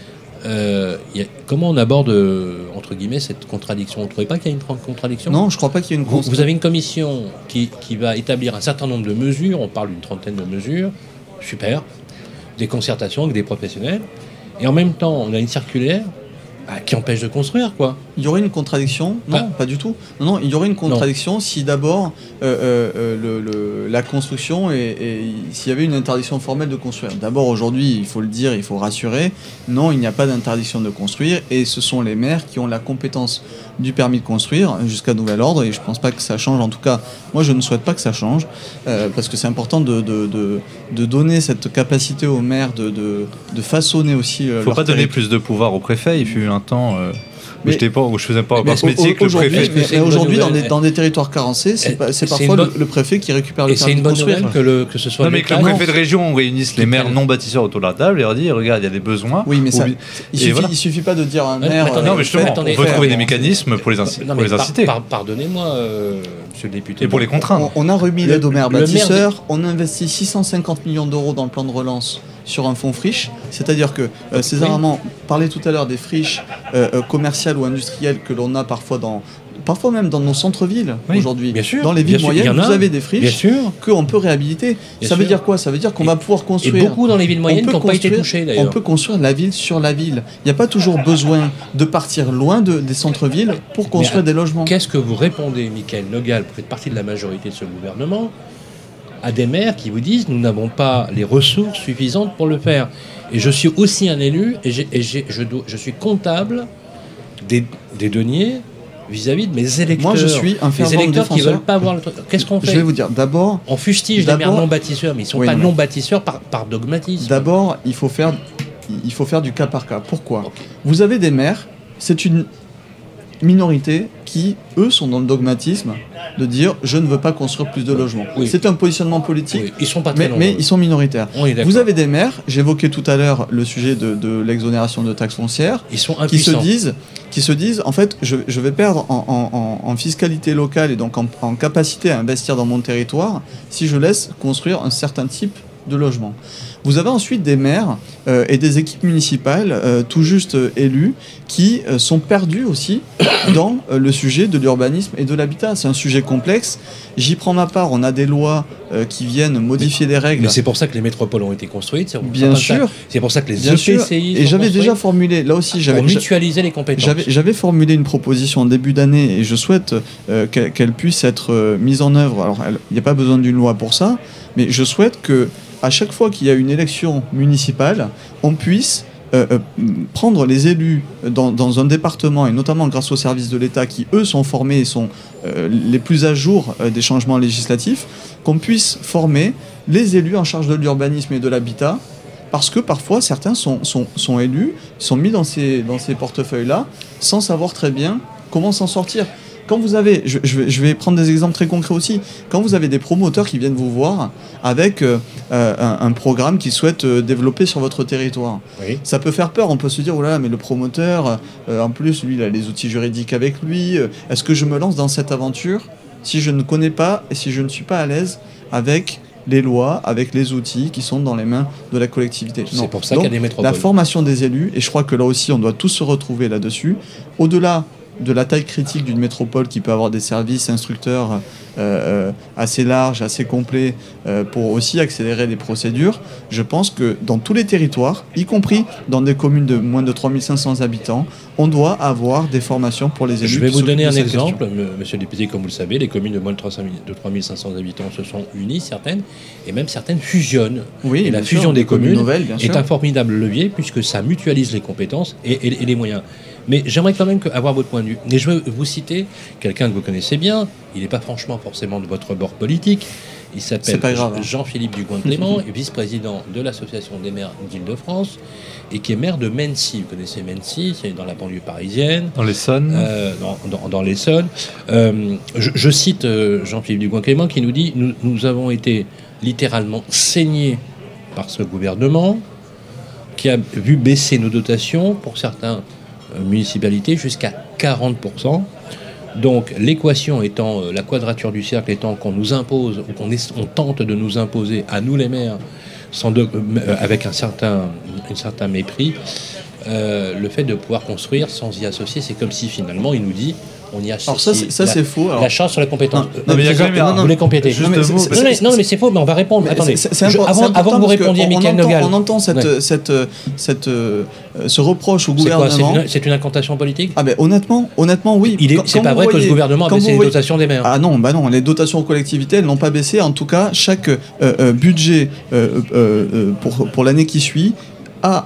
Euh, y a, comment on aborde, euh, entre guillemets, cette contradiction ? Vous ne trouvez pas qu'il y a une contradiction ? Non, je ne crois pas qu'il y ait une contradiction. Vous, vous avez une commission qui, qui va établir un certain nombre de mesures, on parle d'une trentaine de mesures, super, des concertations avec des professionnels, et en même temps, on a une circulaire bah, qui empêche de construire, quoi. Il y aurait une contradiction ? Non, ah. pas du tout. Non, non, il y aurait une contradiction non. si d'abord euh, euh, le, le, la construction et, et s'il y avait une interdiction formelle de construire. D'abord, aujourd'hui, il faut le dire, il faut rassurer. Non, il n'y a pas d'interdiction de construire et ce sont les maires qui ont la compétence du permis de construire jusqu'à nouvel ordre et je ne pense pas que ça change. En tout cas, moi, je ne souhaite pas que ça change euh, parce que c'est important de, de, de, de donner cette capacité aux maires de, de, de façonner aussi. Il ne faut pas donner plus de pouvoir au préfet. Il fut un temps. Euh... Mais, je pas, où je faisais pas encore ce métier que le préfet. Mais, mais aujourd'hui, dans des, dans des territoires carencés, c'est, pas, c'est parfois bonne... le, le préfet qui récupère le permis de construire. Et c'est une bonne nouvelle que, le, que ce soit. Non, mais que le préfet de région réunisse les maires non bâtisseurs autour de la table et leur dit regarde, il y a des besoins. Oui, mais ça, il, suffit, voilà. il suffit pas de dire à un maire. Euh, non, mais justement, attendez, on peut trouver des mécanismes pour les, inci- non, pour les inciter. Par, par, pardonnez-moi, euh, monsieur le député. Et pour les contraindre. On, on a remis l'aide aux maires bâtisseurs. On investit six cent cinquante millions d'euros dans le plan de relance sur un fonds friche, c'est-à-dire que euh, César Armand parlait tout à l'heure des friches euh, euh, commerciales ou industrielles que l'on a parfois dans, parfois même dans nos centres-villes oui, aujourd'hui. Dans les villes moyennes, sûr, vous avez des friches qu'on peut réhabiliter. Bien ça sûr. veut dire quoi ? Ça veut dire qu'on et, va pouvoir construire. Et beaucoup dans les villes moyennes qui n'ont pas été touchées d'ailleurs. On peut construire la ville sur la ville. Il n'y a pas toujours besoin de partir loin de, des centres-villes pour construire Mais, des logements. Qu'est-ce que vous répondez, Mickaël Nogal, vous faites partie de la majorité de ce gouvernement, à des maires qui vous disent nous n'avons pas les ressources suffisantes pour le faire. Et je suis aussi un élu et, j'ai, et j'ai, je, dois, je suis comptable des, des deniers vis-à-vis de mes électeurs. Moi, je suis un fervent défenseur. Les électeurs défenseur. qui ne veulent pas voir le truc. Qu'est-ce qu'on fait ? Je vais vous dire, d'abord... On fustige d'abord, les maires non-bâtisseurs, mais ils ne sont oui, pas non, non-bâtisseurs par, par dogmatisme. D'abord, il faut, faire, il faut faire du cas par cas. Pourquoi ? Okay. Vous avez des maires, c'est une... minorités qui, eux, sont dans le dogmatisme de dire je ne veux pas construire plus de logements. Oui. C'est un positionnement politique, Oui, ils sont pas très mais, nombreux. mais ils sont minoritaires. Oui, d'accord. Vous avez des maires, j'évoquais tout à l'heure le sujet de, de l'exonération de taxes foncières, Ils sont qui se impuissants. disent, qui se disent en fait, je, je vais perdre en, en- en- en fiscalité locale et donc en, en capacité à investir dans mon territoire si je laisse construire un certain type de logement. Vous avez ensuite des maires euh, et des équipes municipales euh, tout juste euh, élus qui euh, sont perdus aussi dans euh, le sujet de l'urbanisme et de l'habitat. C'est un sujet complexe. J'y prends ma part. On a des lois euh, qui viennent modifier les règles. Mais c'est pour ça que les métropoles ont été construites. c'est pour Bien ça- sûr. C'est pour ça que les Bien E P sûr. C I Et sont j'avais construits déjà formulé, là aussi, j'avais pour mutualiser les compétences. J'avais, j'avais formulé une proposition en début d'année et je souhaite euh, qu'elle, qu'elle puisse être euh, mise en œuvre. Alors, elle- il n'y a pas besoin d'une loi pour ça, mais je souhaite que à chaque fois qu'il y a une élection municipale, on puisse euh, euh, prendre les élus dans, dans un département, et notamment grâce aux services de l'État qui, eux, sont formés et sont euh, les plus à jour euh, des changements législatifs, qu'on puisse former les élus en charge de l'urbanisme et de l'habitat, parce que parfois certains sont, sont, sont élus, sont mis dans ces, dans ces portefeuilles-là, sans savoir très bien comment s'en sortir. Quand vous avez, je, je vais, je vais prendre des exemples très concrets aussi, quand vous avez des promoteurs qui viennent vous voir avec euh, un, un programme qu'ils souhaitent euh, développer sur votre territoire, Oui. ça peut faire peur. On peut se dire, oh là, mais le promoteur, euh, en plus, lui, il a les outils juridiques avec lui. euh, Est-ce que je me lance dans cette aventure si je ne connais pas et si je ne suis pas à l'aise avec les lois, avec les outils qui sont dans les mains de la collectivité? C'est Non. pour ça Donc, qu'il y a des métropoles. la formation des élus, et je crois que là aussi, on doit tous se retrouver là-dessus, au-delà de la taille critique d'une métropole qui peut avoir des services instructeurs euh, euh, assez larges, assez complets, euh, pour aussi accélérer les procédures, je pense que dans tous les territoires, y compris dans des communes de moins de trois mille cinq cents habitants, on doit avoir des formations pour les élus. Je vais qui vous donner un s'occupent de cette exemple, m- monsieur le député, comme vous le savez, les communes de moins de trois mille cinq cents habitants se sont unies, certaines, et même certaines fusionnent. question. Oui, Et la bien fusion sûr, des communes nouvelles, bien est sûr. un formidable levier puisque ça mutualise les compétences et, et- et les moyens. Mais j'aimerais quand même que- avoir votre point de vue. Et je veux vous citer quelqu'un que vous connaissez bien, il n'est pas franchement forcément de votre bord politique, il C'est s'appelle pas grave, hein. Jean-Philippe Dugoin-Clément, vice-président de l'Association des maires d'Île-de-France et qui est maire de Mency. Vous connaissez Mency, c'est dans la banlieue parisienne. Dans l'Essonne. Euh, dans, dans, dans l'Essonne. Euh, je, je cite euh, Jean-Philippe Dugoin-Clément qui nous dit nous, nous avons été littéralement saignés par ce gouvernement qui a vu baisser nos dotations pour certaines euh, municipalités jusqu'à quarante pour cent. Donc l'équation étant, euh, la quadrature du cercle étant qu'on nous impose, ou qu'on est- on tente de nous imposer à nous les maires, sans de- euh, avec un certain, un certain mépris, euh, le fait de pouvoir construire sans y associer, c'est comme si finalement il nous dit on y associe Alors ça, c'est, ça, la, c'est faux. Alors, la charge sur la compétence. Non, Euh, non, mais il y a c'est quand ça, même un- vous voulez compléter Juste Non, mais deux c'est- mots, c'est- parce non, que- mais, non, mais c'est faux, mais on va répondre. Mais Attendez, c'est- c'est Je- impor- avant, c'est important avant que vous parce que répondiez, on- on Michael entend- Nogal. On entend cette, Ouais. cette, cette, euh, ce reproche au C'est quoi c'est gouvernement. une, c'est une incantation politique Ah ben honnêtement, honnêtement oui. Il est- Quand- C'est quand pas vous vrai que voyez- ce gouvernement a quand baissé vous les voyez- dotations des maires. Ah non, bah non, les dotations aux collectivités, elles n'ont pas baissé. En tout cas, chaque euh, euh, budget euh, euh, euh, pour, pour l'année qui suit a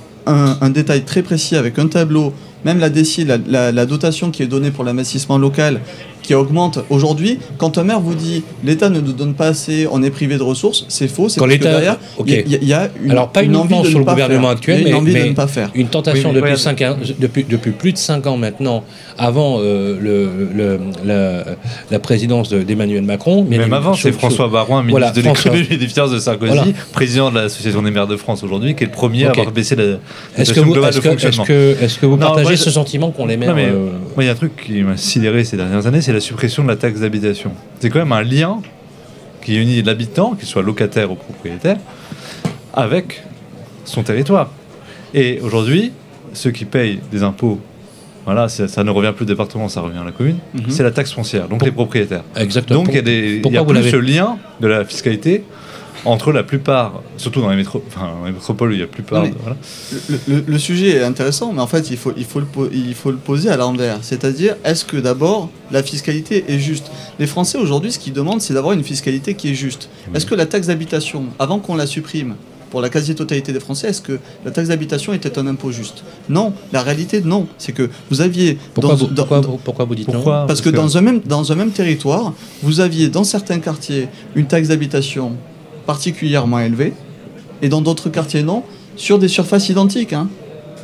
un, un détail très précis avec un tableau, même la D C I, la, la, la dotation qui est donnée pour l'investissement local, qui augmente aujourd'hui. Quand un maire vous dit l'État ne nous donne pas assez, on est privé de ressources, c'est faux. C'est Quand parce que l'État- derrière, ok. il y a- il y, a- il y a une, Alors, pas une envie uniquement de sur ne le pas gouvernement faire. actuel, Il y a une mais- envie mais- de ne pas faire. Une tentation Oui, mais depuis, voilà. cinq ans- depuis, depuis plus de cinq ans maintenant, avant euh, le, le- la, la présidence de- d'Emmanuel Macron. mais Même les- avant, c'est sous- François Baroin, ministre Voilà, de François- l'économie et des finances de Sarkozy, Voilà. président de l'Association des maires de France aujourd'hui, qui est le premier Ok. à avoir baissé la Est-ce que dotation vous, globale est-ce de que, est-ce fonctionnement. que, est-ce que vous Non, partagez moi, je- ce sentiment qu'ont les maires Non, mais- euh, Moi, il y a un truc qui m'a sidéré ces dernières années, c'est la suppression de la taxe d'habitation. C'est quand même un lien qui unit l'habitant, qu'il soit locataire ou propriétaire, avec son territoire. Et aujourd'hui, ceux qui payent des impôts, voilà, ça, ça ne revient plus au département, ça revient à la commune, Mhm. c'est la taxe foncière, donc les propriétaires. Exactement. Donc il y a, des, il y Pourquoi a vous plus l'avez- ce lien de la fiscalité entre la plupart, surtout dans les, métro, enfin, dans les métropoles où il y a la plupart. Non, mais- de- voilà. Le, le- le sujet est intéressant, mais en fait, il faut, il faut, le, po- il faut le poser à l'envers. C'est-à-dire, est-ce que d'abord, la fiscalité est juste? Les Français, aujourd'hui, ce qu'ils demandent, c'est d'avoir une fiscalité qui est juste. Est-ce que la taxe d'habitation, avant qu'on la supprime, pour la quasi-totalité des Français, est-ce que la taxe d'habitation était un impôt juste? Non. La réalité, non. C'est que vous aviez... Pourquoi, dans- vous, dans- pourquoi, dans- vous- pourquoi vous dites Pourquoi parce que, dans, un même, dans un même territoire, vous aviez dans certains quartiers une taxe d'habitation particulièrement élevée, et dans d'autres quartiers non, sur des surfaces identiques. Hein.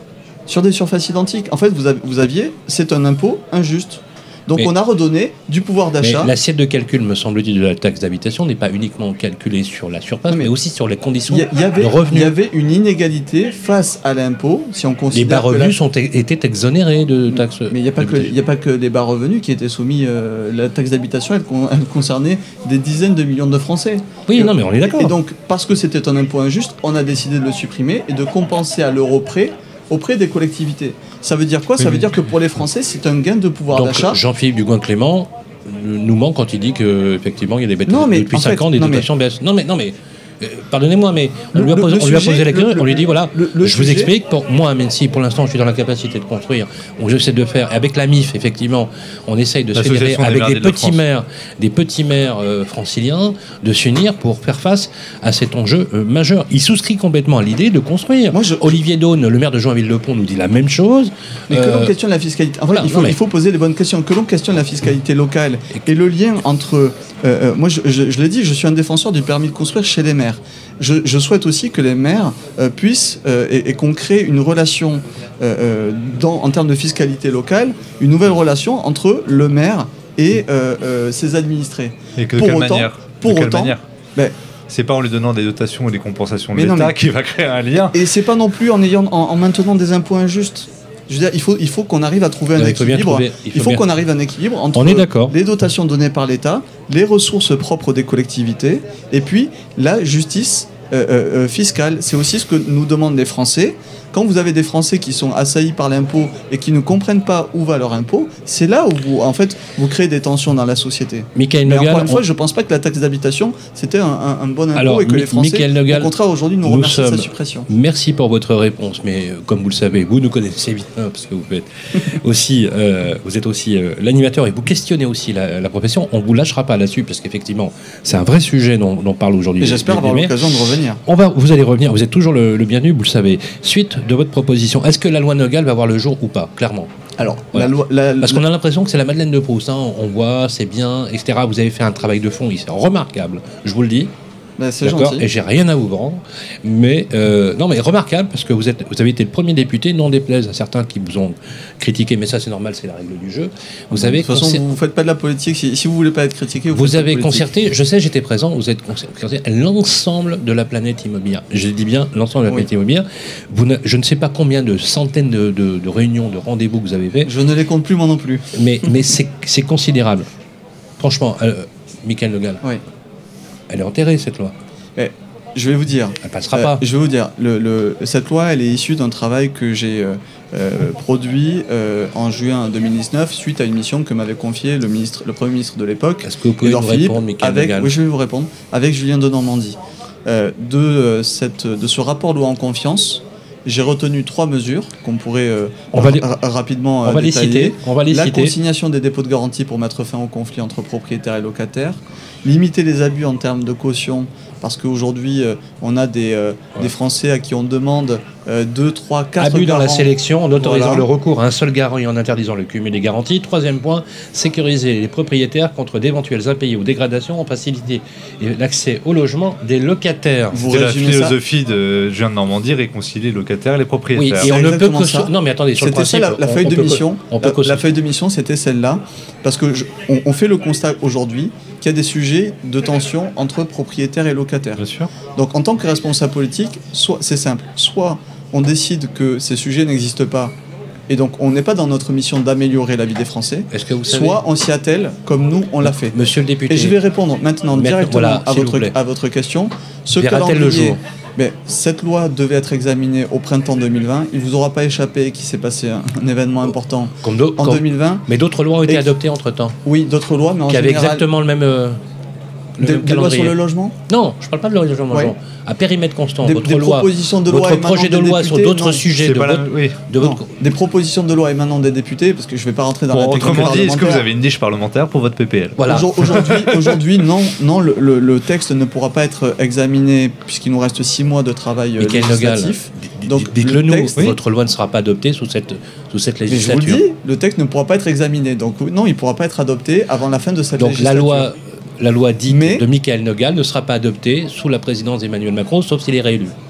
sur des surfaces identiques. En fait, vous, avez, vous aviez, c'est un impôt injuste. Donc mais, on a redonné du pouvoir d'achat. Mais l'assiette de calcul, me semble-t-il, de la taxe d'habitation n'est pas uniquement calculée sur la surface, mais, mais aussi sur les conditions y a, y avait, de revenus. Il y avait une inégalité face à l'impôt, si on considère. Les bas revenus la... sont étaient exonérés de taxes. Mais il n'y a, a pas que les bas revenus qui étaient soumis. Euh, la taxe d'habitation, elle, elle concernait des dizaines de millions de Français. Oui, et, non, mais on est d'accord. Et donc, parce que c'était un impôt injuste, on a décidé de le supprimer et de compenser à l'euro près auprès des collectivités. Ça veut dire quoi? Ça oui, veut dire que pour les Français, c'est un gain de pouvoir d'achat. Jean-Philippe Dugoin-Clément nous ment quand il dit qu'effectivement, il y a des bêtises. Non, mais depuis cinq fait, ans, des non, dotations mais... baissent. Non, mais, non, mais euh, pardonnez-moi, mais on, le, lui, a posé, le on lui a sujet, posé la question, on lui dit voilà, le, le je sujet... vous explique, pour moi, même si pour l'instant je suis dans la capacité de construire, ou j'essaie de faire, et avec la M I F, effectivement, on essaye de se fédérer avec des petits maires, des petits maires euh, franciliens, de s'unir pour faire face à cet enjeu euh, majeur. Il souscrit complètement à l'idée de construire. Moi, je... Olivier Daune, le maire de Joinville-le-Pont, nous dit la même chose. Mais euh... que l'on questionne la fiscalité. En fait, voilà, il, faut, non, mais... il faut poser les bonnes questions. Que l'on questionne la fiscalité locale et, et le lien entre. Euh, moi, je, je, je l'ai dit, je suis un défenseur du permis de construire chez les maires. Je, je souhaite aussi que les maires euh, puissent euh, et, et qu'on crée une relation euh, dans, en termes de fiscalité locale, une nouvelle relation entre le maire et euh, euh, ses administrés. Et que de quelle autant, manière Pour de quelle autant, manière ben, c'est pas en lui donnant des dotations ou des compensations de l'État mais... qui va créer un lien. Et c'est pas non plus en, ayant, en, en maintenant des impôts injustes. Je veux dire, il faut, il faut qu'on arrive à trouver un non, équilibre. Il faut, trouver, il faut, il faut bien... qu'on arrive à un équilibre entre On est d'accord. les dotations données par l'État, les ressources propres des collectivités, et puis la justice euh, euh, fiscale. C'est aussi ce que nous demandent les Français. Quand vous avez des Français qui sont assaillis par l'impôt et qui ne comprennent pas où va leur impôt, c'est là où vous, en fait, vous créez des tensions dans la société. Michael Mais Nogal, encore une fois, on... je ne pense pas que la taxe d'habitation, c'était un, un, un bon impôt. Alors, et que les Français, Nogal, au contraire, aujourd'hui, nous, nous remercient de sommes... sa suppression. Merci pour votre réponse, mais euh, comme vous le savez, vous nous connaissez bien, parce que vous êtes aussi, euh, vous êtes aussi euh, l'animateur et vous questionnez aussi la, la profession. On ne vous lâchera pas là-dessus, parce qu'effectivement, c'est un vrai sujet dont, dont parle aujourd'hui. Et j'espère avoir l'occasion de revenir. On va, vous allez revenir, vous êtes toujours le, le bienvenu, vous le savez. Suite de votre proposition, est-ce que la loi Nogal va voir le jour ou pas, clairement? Alors, voilà. la loi, la, Parce la... qu'on a l'impression que c'est la Madeleine de Proust. Hein. On voit, c'est bien, et cetera. Vous avez fait un travail de fond, c'est remarquable, je vous le dis. Ben, c'est gentil. Et j'ai rien à vous vendre. Mais, euh, non, mais remarquable, parce que vous, êtes, vous avez été le premier député, non déplaise à certains qui vous ont critiqué, mais ça c'est normal, c'est la règle du jeu. Vous avez de toute façon, concer... vous ne faites pas de la politique. Si, si vous ne voulez pas être critiqué, vous, vous avez concerté, je sais, j'étais présent, vous êtes concerté l'ensemble de la planète immobilière. Je dis bien l'ensemble de la oui. planète immobilière. Vous ne, je ne sais pas combien de centaines de, de, de réunions, de rendez-vous que vous avez fait. Je ne les compte plus, moi non plus. Mais, mais c'est, c'est considérable. Franchement, euh, Michael Nogal, oui. elle est enterrée cette loi. Mais, je vais vous dire. Elle passera euh, pas. Je vais vous dire. Le, le, cette loi, elle est issue d'un travail que j'ai euh, euh, produit euh, en juin deux mille dix-neuf suite à une mission que m'avait confiée le ministre, le premier ministre de l'époque. Est-ce que vous pouvez Édouard nous Philippe, répondre, Michael avec, Nogal ? Oui, je vais vous répondre. Avec Julien de Normandie. Euh, de, euh, cette, de ce rapport loi en confiance, j'ai retenu trois mesures qu'on pourrait euh, on va les, ra- rapidement on va détailler. Les citer. On va les La citer. consignation des dépôts de garantie pour mettre fin au conflit entre propriétaires et locataires. Limiter les abus en termes de caution, parce qu'aujourd'hui, euh, on a des, euh, ouais. des Français à qui on demande euh, deux, trois, quatre abus garants. Dans la sélection en autorisant voilà. le recours à un seul garant et en interdisant le cumul des garanties. Troisième point, sécuriser les propriétaires contre d'éventuels impayés ou dégradations en faciliter l'accès au logement des locataires. Vous C'est la philosophie ça de Julien de Normandie, réconcilier les locataires et les propriétaires. Oui, et on ne peut que... Ça. Non mais attendez, sur c'était le principe... ça la, la on, feuille on de peut mission. On peut la, la feuille de mission, c'était celle-là, parce que je, on, on fait le constat aujourd'hui qu'il y a des sujets de tension entre propriétaires et locataires. Bien sûr. Donc en tant que responsable politique, soit, c'est simple, soit on décide que ces sujets n'existent pas, et donc on n'est pas dans notre mission d'améliorer la vie des Français, Est-ce que vous savez... soit on s'y attelle comme nous on l'a fait. Monsieur le député. Et je vais répondre maintenant Maître, directement voilà, à, votre, à votre question. Ce calendrier, le jour. Mais cette loi devait être examinée au printemps deux mille vingt. Il ne vous aura pas échappé qu'il s'est passé un, un événement important comme do, en comme, deux mille vingt. Mais d'autres lois ont été et, adoptées entre-temps. Oui, d'autres lois, mais en qui général... Qui avaient exactement le même... Euh, le des, même des lois sur le logement ? Non, je ne parle pas de loi sur le logement. Ouais. À périmètre constant, des, votre des loi, propositions de votre loi projet de loi sur d'autres sujets de, votre, la, oui. de non, votre... Des propositions de loi émanant des députés, parce que je ne vais pas rentrer dans bon, la technique autrement dit, est-ce que vous parlementaire. avez une niche parlementaire pour votre P P L ? Voilà. Aujourd'hui, aujourd'hui, non, non le, le, le texte ne pourra pas être examiné puisqu'il nous reste six mois de travail Michael législatif. Nogal, donc, dites-le nous, texte, votre loi ne sera pas adoptée sous cette, sous cette législature. Mais je vous le dis, le texte ne pourra pas être examiné. Donc non, il ne pourra pas être adopté avant la fin de cette donc, législature. Donc la loi... La loi dite Mais, de Michael Nogal ne sera pas adoptée sous la présidence d'Emmanuel Macron, sauf s'il est réélu.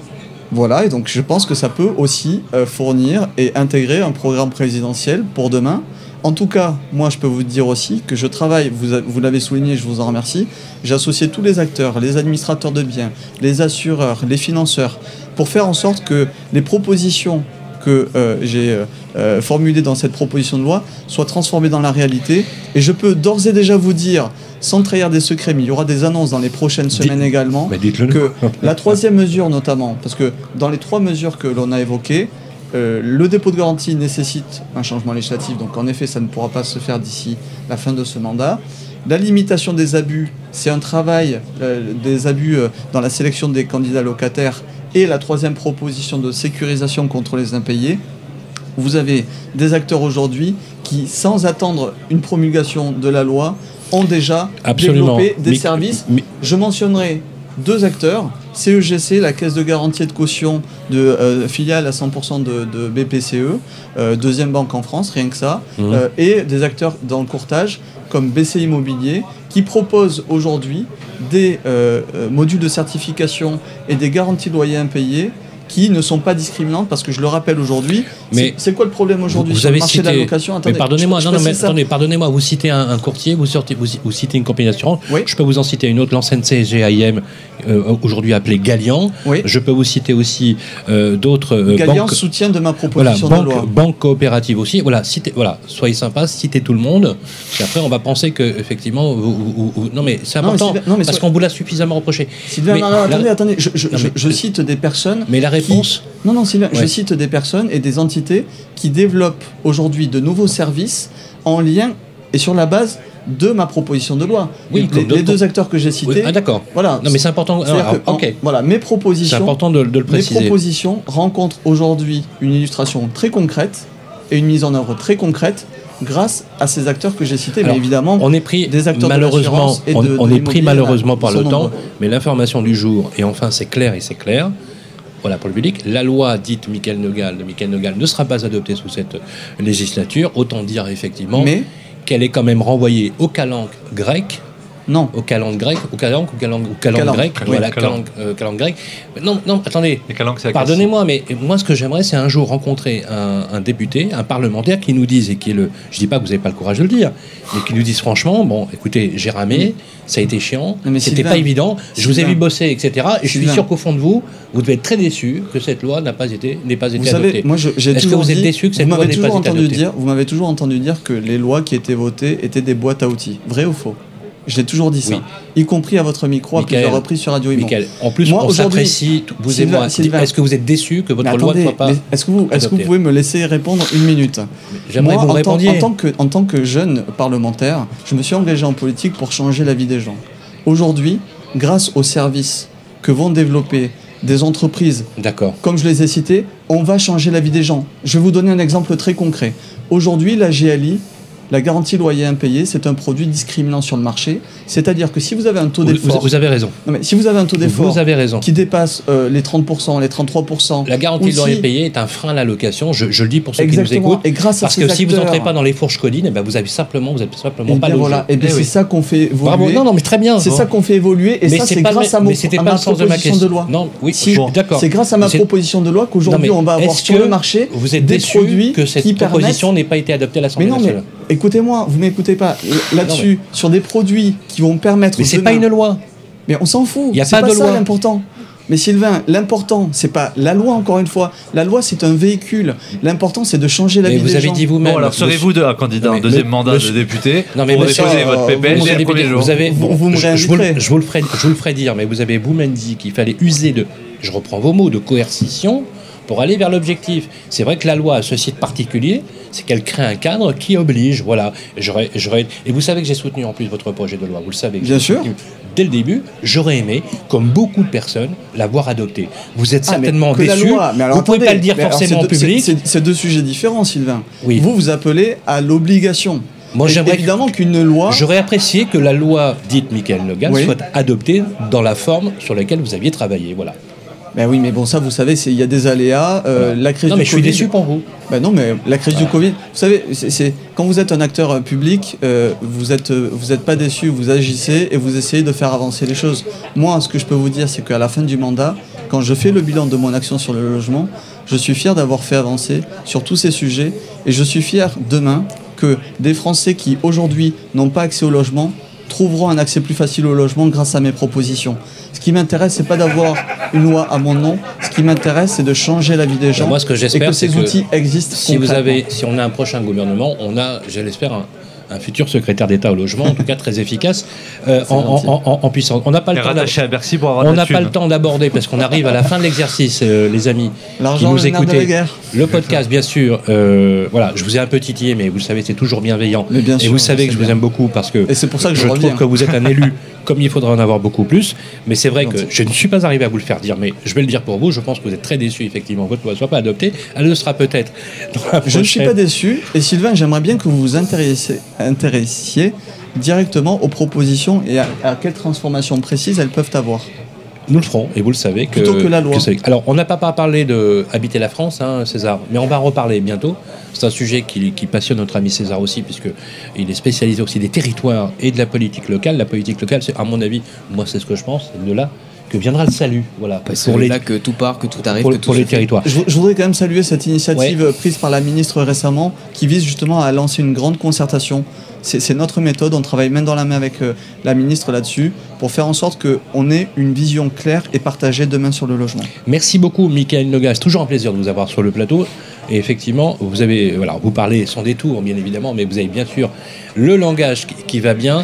Voilà, et donc je pense que ça peut aussi euh, fournir et intégrer un programme présidentiel pour demain. En tout cas, moi je peux vous dire aussi que je travaille, vous, a, vous l'avez souligné, je vous en remercie, j'ai associé tous les acteurs, les administrateurs de biens, les assureurs, les financeurs, pour faire en sorte que les propositions que euh, j'ai euh, formulées dans cette proposition de loi soient transformées dans la réalité. Et je peux d'ores et déjà vous dire, sans trahir des secrets, mais il y aura des annonces dans les prochaines semaines Dites, également, que la troisième mesure notamment, parce que dans les trois mesures que l'on a évoquées, euh, le dépôt de garantie nécessite un changement législatif, donc en effet ça ne pourra pas se faire d'ici la fin de ce mandat. La limitation des abus, c'est un travail euh, des abus euh, dans la sélection des candidats locataires. Et la troisième proposition de sécurisation contre les impayés, vous avez des acteurs aujourd'hui qui, sans attendre une promulgation de la loi, ont déjà Absolument. développé des mais, services. Mais... Je mentionnerai deux acteurs, C E G C, la caisse de garantie et de caution de euh, filiale à cent pour cent de, de B P C E, euh, deuxième banque en France, rien que ça, mmh. euh, et des acteurs dans le courtage comme B C Immobilier, qui proposent aujourd'hui des euh, euh, modules de certification et des garanties de loyer impayés qui ne sont pas discriminantes, parce que je le rappelle aujourd'hui, c'est, c'est quoi le problème aujourd'hui vous sur avez le marché cité, de la location? Attendez, mais pardonnez-moi, je, je non, non, mais attendez, pardonnez-moi, vous citez un, un courtier, vous, sortez, vous, vous citez une compagnie d'assurance, oui. Je peux vous en citer une autre, l'ancienne C S G A I M, euh, aujourd'hui appelée Gallian, oui. Je peux vous citer aussi euh, d'autres euh, Gallian banques... soutient de ma proposition voilà, de banque, loi. Banque coopérative aussi, voilà, citez, voilà, soyez sympas, citez tout le monde, puis après on va penser que, effectivement, vous, vous, vous, non mais c'est important, non, mais non, mais parce soit... qu'on vous l'a suffisamment reproché. Sylvain, mais, non, non, attendez, la... attendez, je, je, non, mais, je, je cite des personnes... Mais la réponse... Qui... Non, non, Sylvain, ouais. Je cite des personnes et des entités qui développent aujourd'hui de nouveaux services en lien et sur la base de ma proposition de loi. Oui, les, les deux acteurs que j'ai cités. Oui, ah d'accord. Voilà. Non mais c'est important. Alors, que, ok. En, voilà, mes propositions. C'est important de, de le préciser. Mes propositions rencontrent aujourd'hui une illustration très concrète et une mise en œuvre très concrète grâce à ces acteurs que j'ai cités. Alors, mais évidemment, on est pris des acteurs malheureusement, de on, de, on de est pris malheureusement par le nombreux. temps. Mais l'information du jour, et enfin c'est clair et c'est clair. Voilà, pour le public, la loi dite Michael Nogal de Michael Nogal ne sera pas adoptée sous cette législature. Autant dire effectivement mais... qu'elle est quand même renvoyée au calanque grec. Non. Au calanque grec, au calanque, au calanque, au calanque grec. Oui, voilà, calanque, euh, calanque grec. Non, non, attendez. Calanque, pardonnez-moi, mais moi, ce que j'aimerais, c'est un jour rencontrer un, un député, un parlementaire qui nous dise, et qui est le. Je dis pas que vous n'avez pas le courage de le dire, mais qui nous dise franchement, bon, écoutez, j'ai ramé, ça a été chiant, non, c'était Sylvain, pas évident, je Sylvain, vous ai vu bosser, et cetera. Et je suis sûr qu'au fond de vous, vous devez être très déçu que cette loi n'a pas été, n'ait pas été vous adoptée. Savez, moi, je, j'ai Est-ce que vous êtes déçu que cette loi n'ait pas été adoptée? dire, Vous m'avez toujours entendu dire que les lois qui étaient votées étaient des boîtes à outils. Vrai ou faux? J'ai toujours dit ça, oui. Y compris à votre micro, à plusieurs reprises sur Radio Imo. Michael, en plus, moi, on s'apprécie, vous Sylvain, et moi. Sylvain, est-ce que vous êtes déçu que votre attendez, loi ne soit pas est-ce que, vous, est-ce que vous pouvez me laisser répondre une minute? J'aimerais moi, que vous en répondiez. Tant, en, tant que, en tant que jeune parlementaire, je me suis engagé en politique pour changer la vie des gens. Aujourd'hui, grâce aux services que vont développer des entreprises, comme je les ai citées, on va changer la vie des gens. Je vais vous donner un exemple très concret. Aujourd'hui, la G L I, la garantie loyer impayé, c'est un produit discriminant sur le marché. C'est-à-dire que si vous avez un taux d'effort... Vous, vous avez raison. Non mais si vous avez un taux d'effort vous avez raison. qui dépasse euh, les trente pour cent, les trente-trois pour cent... La garantie de loyer payé est un frein à la location. Je, je le dis pour ceux Exactement. qui nous écoutent. Et grâce à parce que acteurs, si vous n'entrez pas dans les fourches collines, eh ben vous avez simplement, vous êtes simplement et pas bien voilà. Et bien eh c'est oui. ça qu'on fait évoluer. Bravo. Non, non, mais très bien. C'est bon. ça qu'on fait évoluer. Et mais ça, c'est pas grâce le, à, mon, mais c'était à pas ma le sens de ma question. de loi. Non, oui, si, bon, d'accord. C'est grâce à ma proposition de loi qu'aujourd'hui, on va avoir sur le marché vous êtes des produits que cette proposition n'ait pas été adoptée à l'Assemblée nationale. Écoutez-moi, vous m'écoutez pas là-dessus, non, mais... sur des produits qui vont permettre. Mais c'est pas une loi. Mais on s'en fout. Il y a c'est pas, pas de ça loi. L'important. Mais Sylvain, l'important, c'est pas la loi, encore une fois. La loi, c'est un véhicule. L'important, c'est de changer la mais vie vous des avez gens. dit vous-même. Bon, alors serez-vous de, un candidat en deuxième mandat le, de député non, mais pour monsieur, déposer votre P P L dès le premier jour? Vous avez, vous, vous me je, je, vous, je, vous le ferai, je vous le ferai dire, mais vous avez vous-même dit qu'il fallait user de, je reprends vos mots, de coercition pour aller vers l'objectif. C'est vrai que la loi a ce site particulier, c'est qu'elle crée un cadre qui oblige, voilà. J'aurais, j'aurais, et vous savez que j'ai soutenu en plus votre projet de loi, vous le savez. Que Bien sûr. Dès le début, j'aurais aimé, comme beaucoup de personnes, l'avoir adopté. Vous êtes ah, certainement Loi, déçus. Vous ne pouvez pas le dire forcément deux, en public. C'est, c'est, c'est deux sujets différents, Sylvain. Oui. Vous, vous appelez à l'obligation. Moi, j'aimerais évidemment qu'une loi... J'aurais apprécié que la loi dite Michael Nogal oui. soit adoptée dans la forme sur laquelle vous aviez travaillé. Voilà. Ben oui, mais bon, ça, vous savez, il y a des aléas. Euh, voilà. La crise non, mais du je COVID, suis déçu pour vous. Ben non, mais la crise voilà. du Covid, vous savez, c'est, c'est, quand vous êtes un acteur euh, public, euh, vous n'êtes vous êtes pas déçu, vous agissez et vous essayez de faire avancer les choses. Moi, ce que je peux vous dire, c'est qu'à la fin du mandat, quand je fais le bilan de mon action sur le logement, je suis fier d'avoir fait avancer sur tous ces sujets et je suis fier demain que des Français qui aujourd'hui n'ont pas accès au logement trouveront un accès plus facile au logement grâce à mes propositions. Ce qui m'intéresse, c'est pas d'avoir une loi à mon nom. Ce qui m'intéresse, c'est de changer la vie des gens. Moi, ce que et j'espère, que c'est ces que outils existent. Si vous avez, si on a un prochain gouvernement, on a, je l'espère, un, un futur secrétaire d'État au logement, en tout cas très efficace, euh, en, en, en, en puissance. On n'a pas le temps. Rattaché à Bercy pour avoir On de la n'a pas thune. le temps d'aborder parce qu'on arrive à la fin de l'exercice, euh, les amis. L'argent, qui nous le nerf de la écoutez. guerre. Le podcast, bien sûr. Euh, voilà, je vous ai un peu titillé, mais vous le savez, c'est toujours bienveillant. Mais bien et sûr, vous savez que je c'est vous bien. aime beaucoup parce que Et c'est pour ça que je je reviens. trouve que vous êtes un élu comme il faudra en avoir beaucoup plus. Mais c'est vrai que Gentil. je ne suis pas arrivé à vous le faire dire, mais je vais le dire pour vous. Je pense que vous êtes très déçus, effectivement, que votre loi ne soit pas adoptée. Elle le sera peut-être dans la Je ne suis prochaine. pas déçu. Et Sylvain, j'aimerais bien que vous vous intéressiez, intéressiez directement aux propositions et à, à quelles transformations précises elles peuvent avoir. Nous le ferons, et vous le savez. Que, Plutôt que la loi. c'est- Alors, on n'a pas parlé de Habiter la France, hein, César, mais on va en reparler bientôt. C'est un sujet qui, qui passionne notre ami César aussi, puisqu'il est spécialisé aussi des territoires et de la politique locale. La politique locale, c'est, à mon avis, moi c'est ce que je pense, c'est de là que viendra le salut. Voilà, C'est pour les, là que tout part, que tout arrive, pour, que tout pour se les fait. territoires. Je, je voudrais quand même saluer cette initiative prise par la ministre récemment qui vise justement à lancer une grande concertation. C'est, c'est notre méthode, on travaille main dans la main avec euh, la ministre là-dessus pour faire en sorte qu'on ait une vision claire et partagée demain sur le logement. Merci beaucoup, Michael Nogas. Toujours un plaisir de vous avoir sur le plateau. Et effectivement, vous avez, voilà, vous parlez sans détour, bien évidemment, mais vous avez bien sûr le langage qui, qui va bien.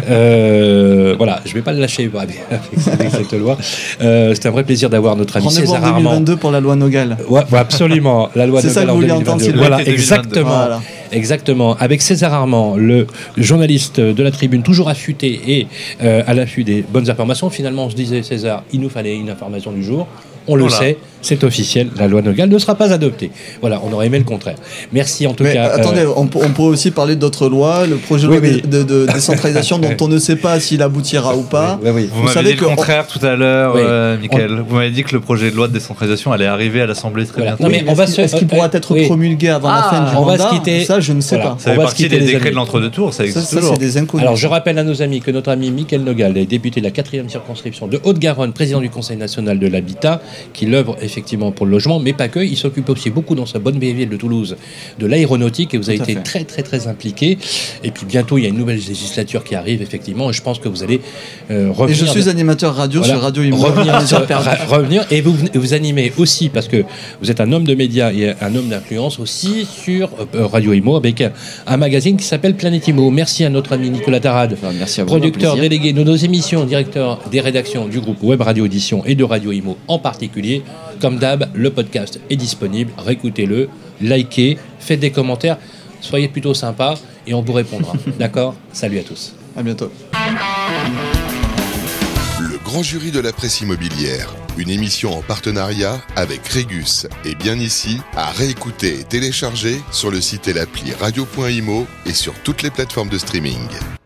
Euh, voilà, je ne vais pas le lâcher avec, avec cette loi. Euh, c'est un vrai plaisir d'avoir notre ami Rendez-vous en César deux mille Armand. vingt-deux pour la loi Nogal. Ouais, ouais, absolument, la loi C'est ça Nogal que en vous vouliez deux mille vingt-deux. entendre, Voilà, Sylvain. exactement. Voilà. Exactement, avec César Armand, le journaliste de la Tribune, toujours affûté et euh, à l'affût des bonnes informations. Finalement, on se disait, César, il nous fallait une information du jour. On le Voilà. sait, c'est officiel, la loi Nogal ne sera pas adoptée. Voilà, on aurait aimé le contraire. Merci en tout Mais cas. attendez, euh, on, peut- on pourrait aussi parler d'autres lois, le projet de Oui, loi oui. de, de- de décentralisation dont on ne sait pas s'il aboutira ou pas. oui, oui. Vous, Vous m'avez savez dit que le on- contraire tout à l'heure, Oui. euh, Michael. Vous m'avez dit que le projet de loi de décentralisation allait arriver à l'Assemblée très Voilà. bientôt. Non, mais on va Est-ce se- qu'il- est-ce qu'il pourra être oui. promulgué avant Ah, la fin du on va mandat se quitter. Ça, je ne sais Voilà. pas. Ça On fait va se partie quitter, des les décrets amis. de l'entre-deux-tours, ça Ça, existe ça, toujours. c'est des inconnus. Alors je rappelle à nos amis que notre ami Michael Nogal est député de la quatrième circonscription de Haute-Garonne, président du Conseil national de l'habitat, qui l'œuvre effectivement pour le logement, mais pas que, il s'occupe aussi beaucoup dans sa bonne vieille ville de Toulouse de l'aéronautique et vous avez Tout à été fait. très très très impliqué. Et puis bientôt il y a une nouvelle législature qui arrive effectivement et je pense que vous allez euh, Et revenir... je suis animateur radio Voilà. sur Radio Imo. Revenir, Les heures perdues. re- revenir et vous, vous animez aussi parce que vous êtes un homme de médias et un homme d'influence aussi sur euh, Radio Imo avec un, un magazine qui s'appelle Planète Imo. Merci à notre ami Nicolas Tarade, Enfin, merci à vous. producteur un plaisir. délégué de nos émissions, directeur des rédactions du groupe Web Radio Audition et de Radio Imo en particulier. Comme d'hab, le podcast est disponible, réécoutez-le, likez, faites des commentaires, soyez plutôt sympas et on vous répondra. D'accord ? Salut à tous. À bientôt. Le grand jury de la presse immobilière, une émission en partenariat avec Régus et Bien Ici, à réécouter et télécharger sur le site et l'appli radio point imo et sur toutes les plateformes de streaming.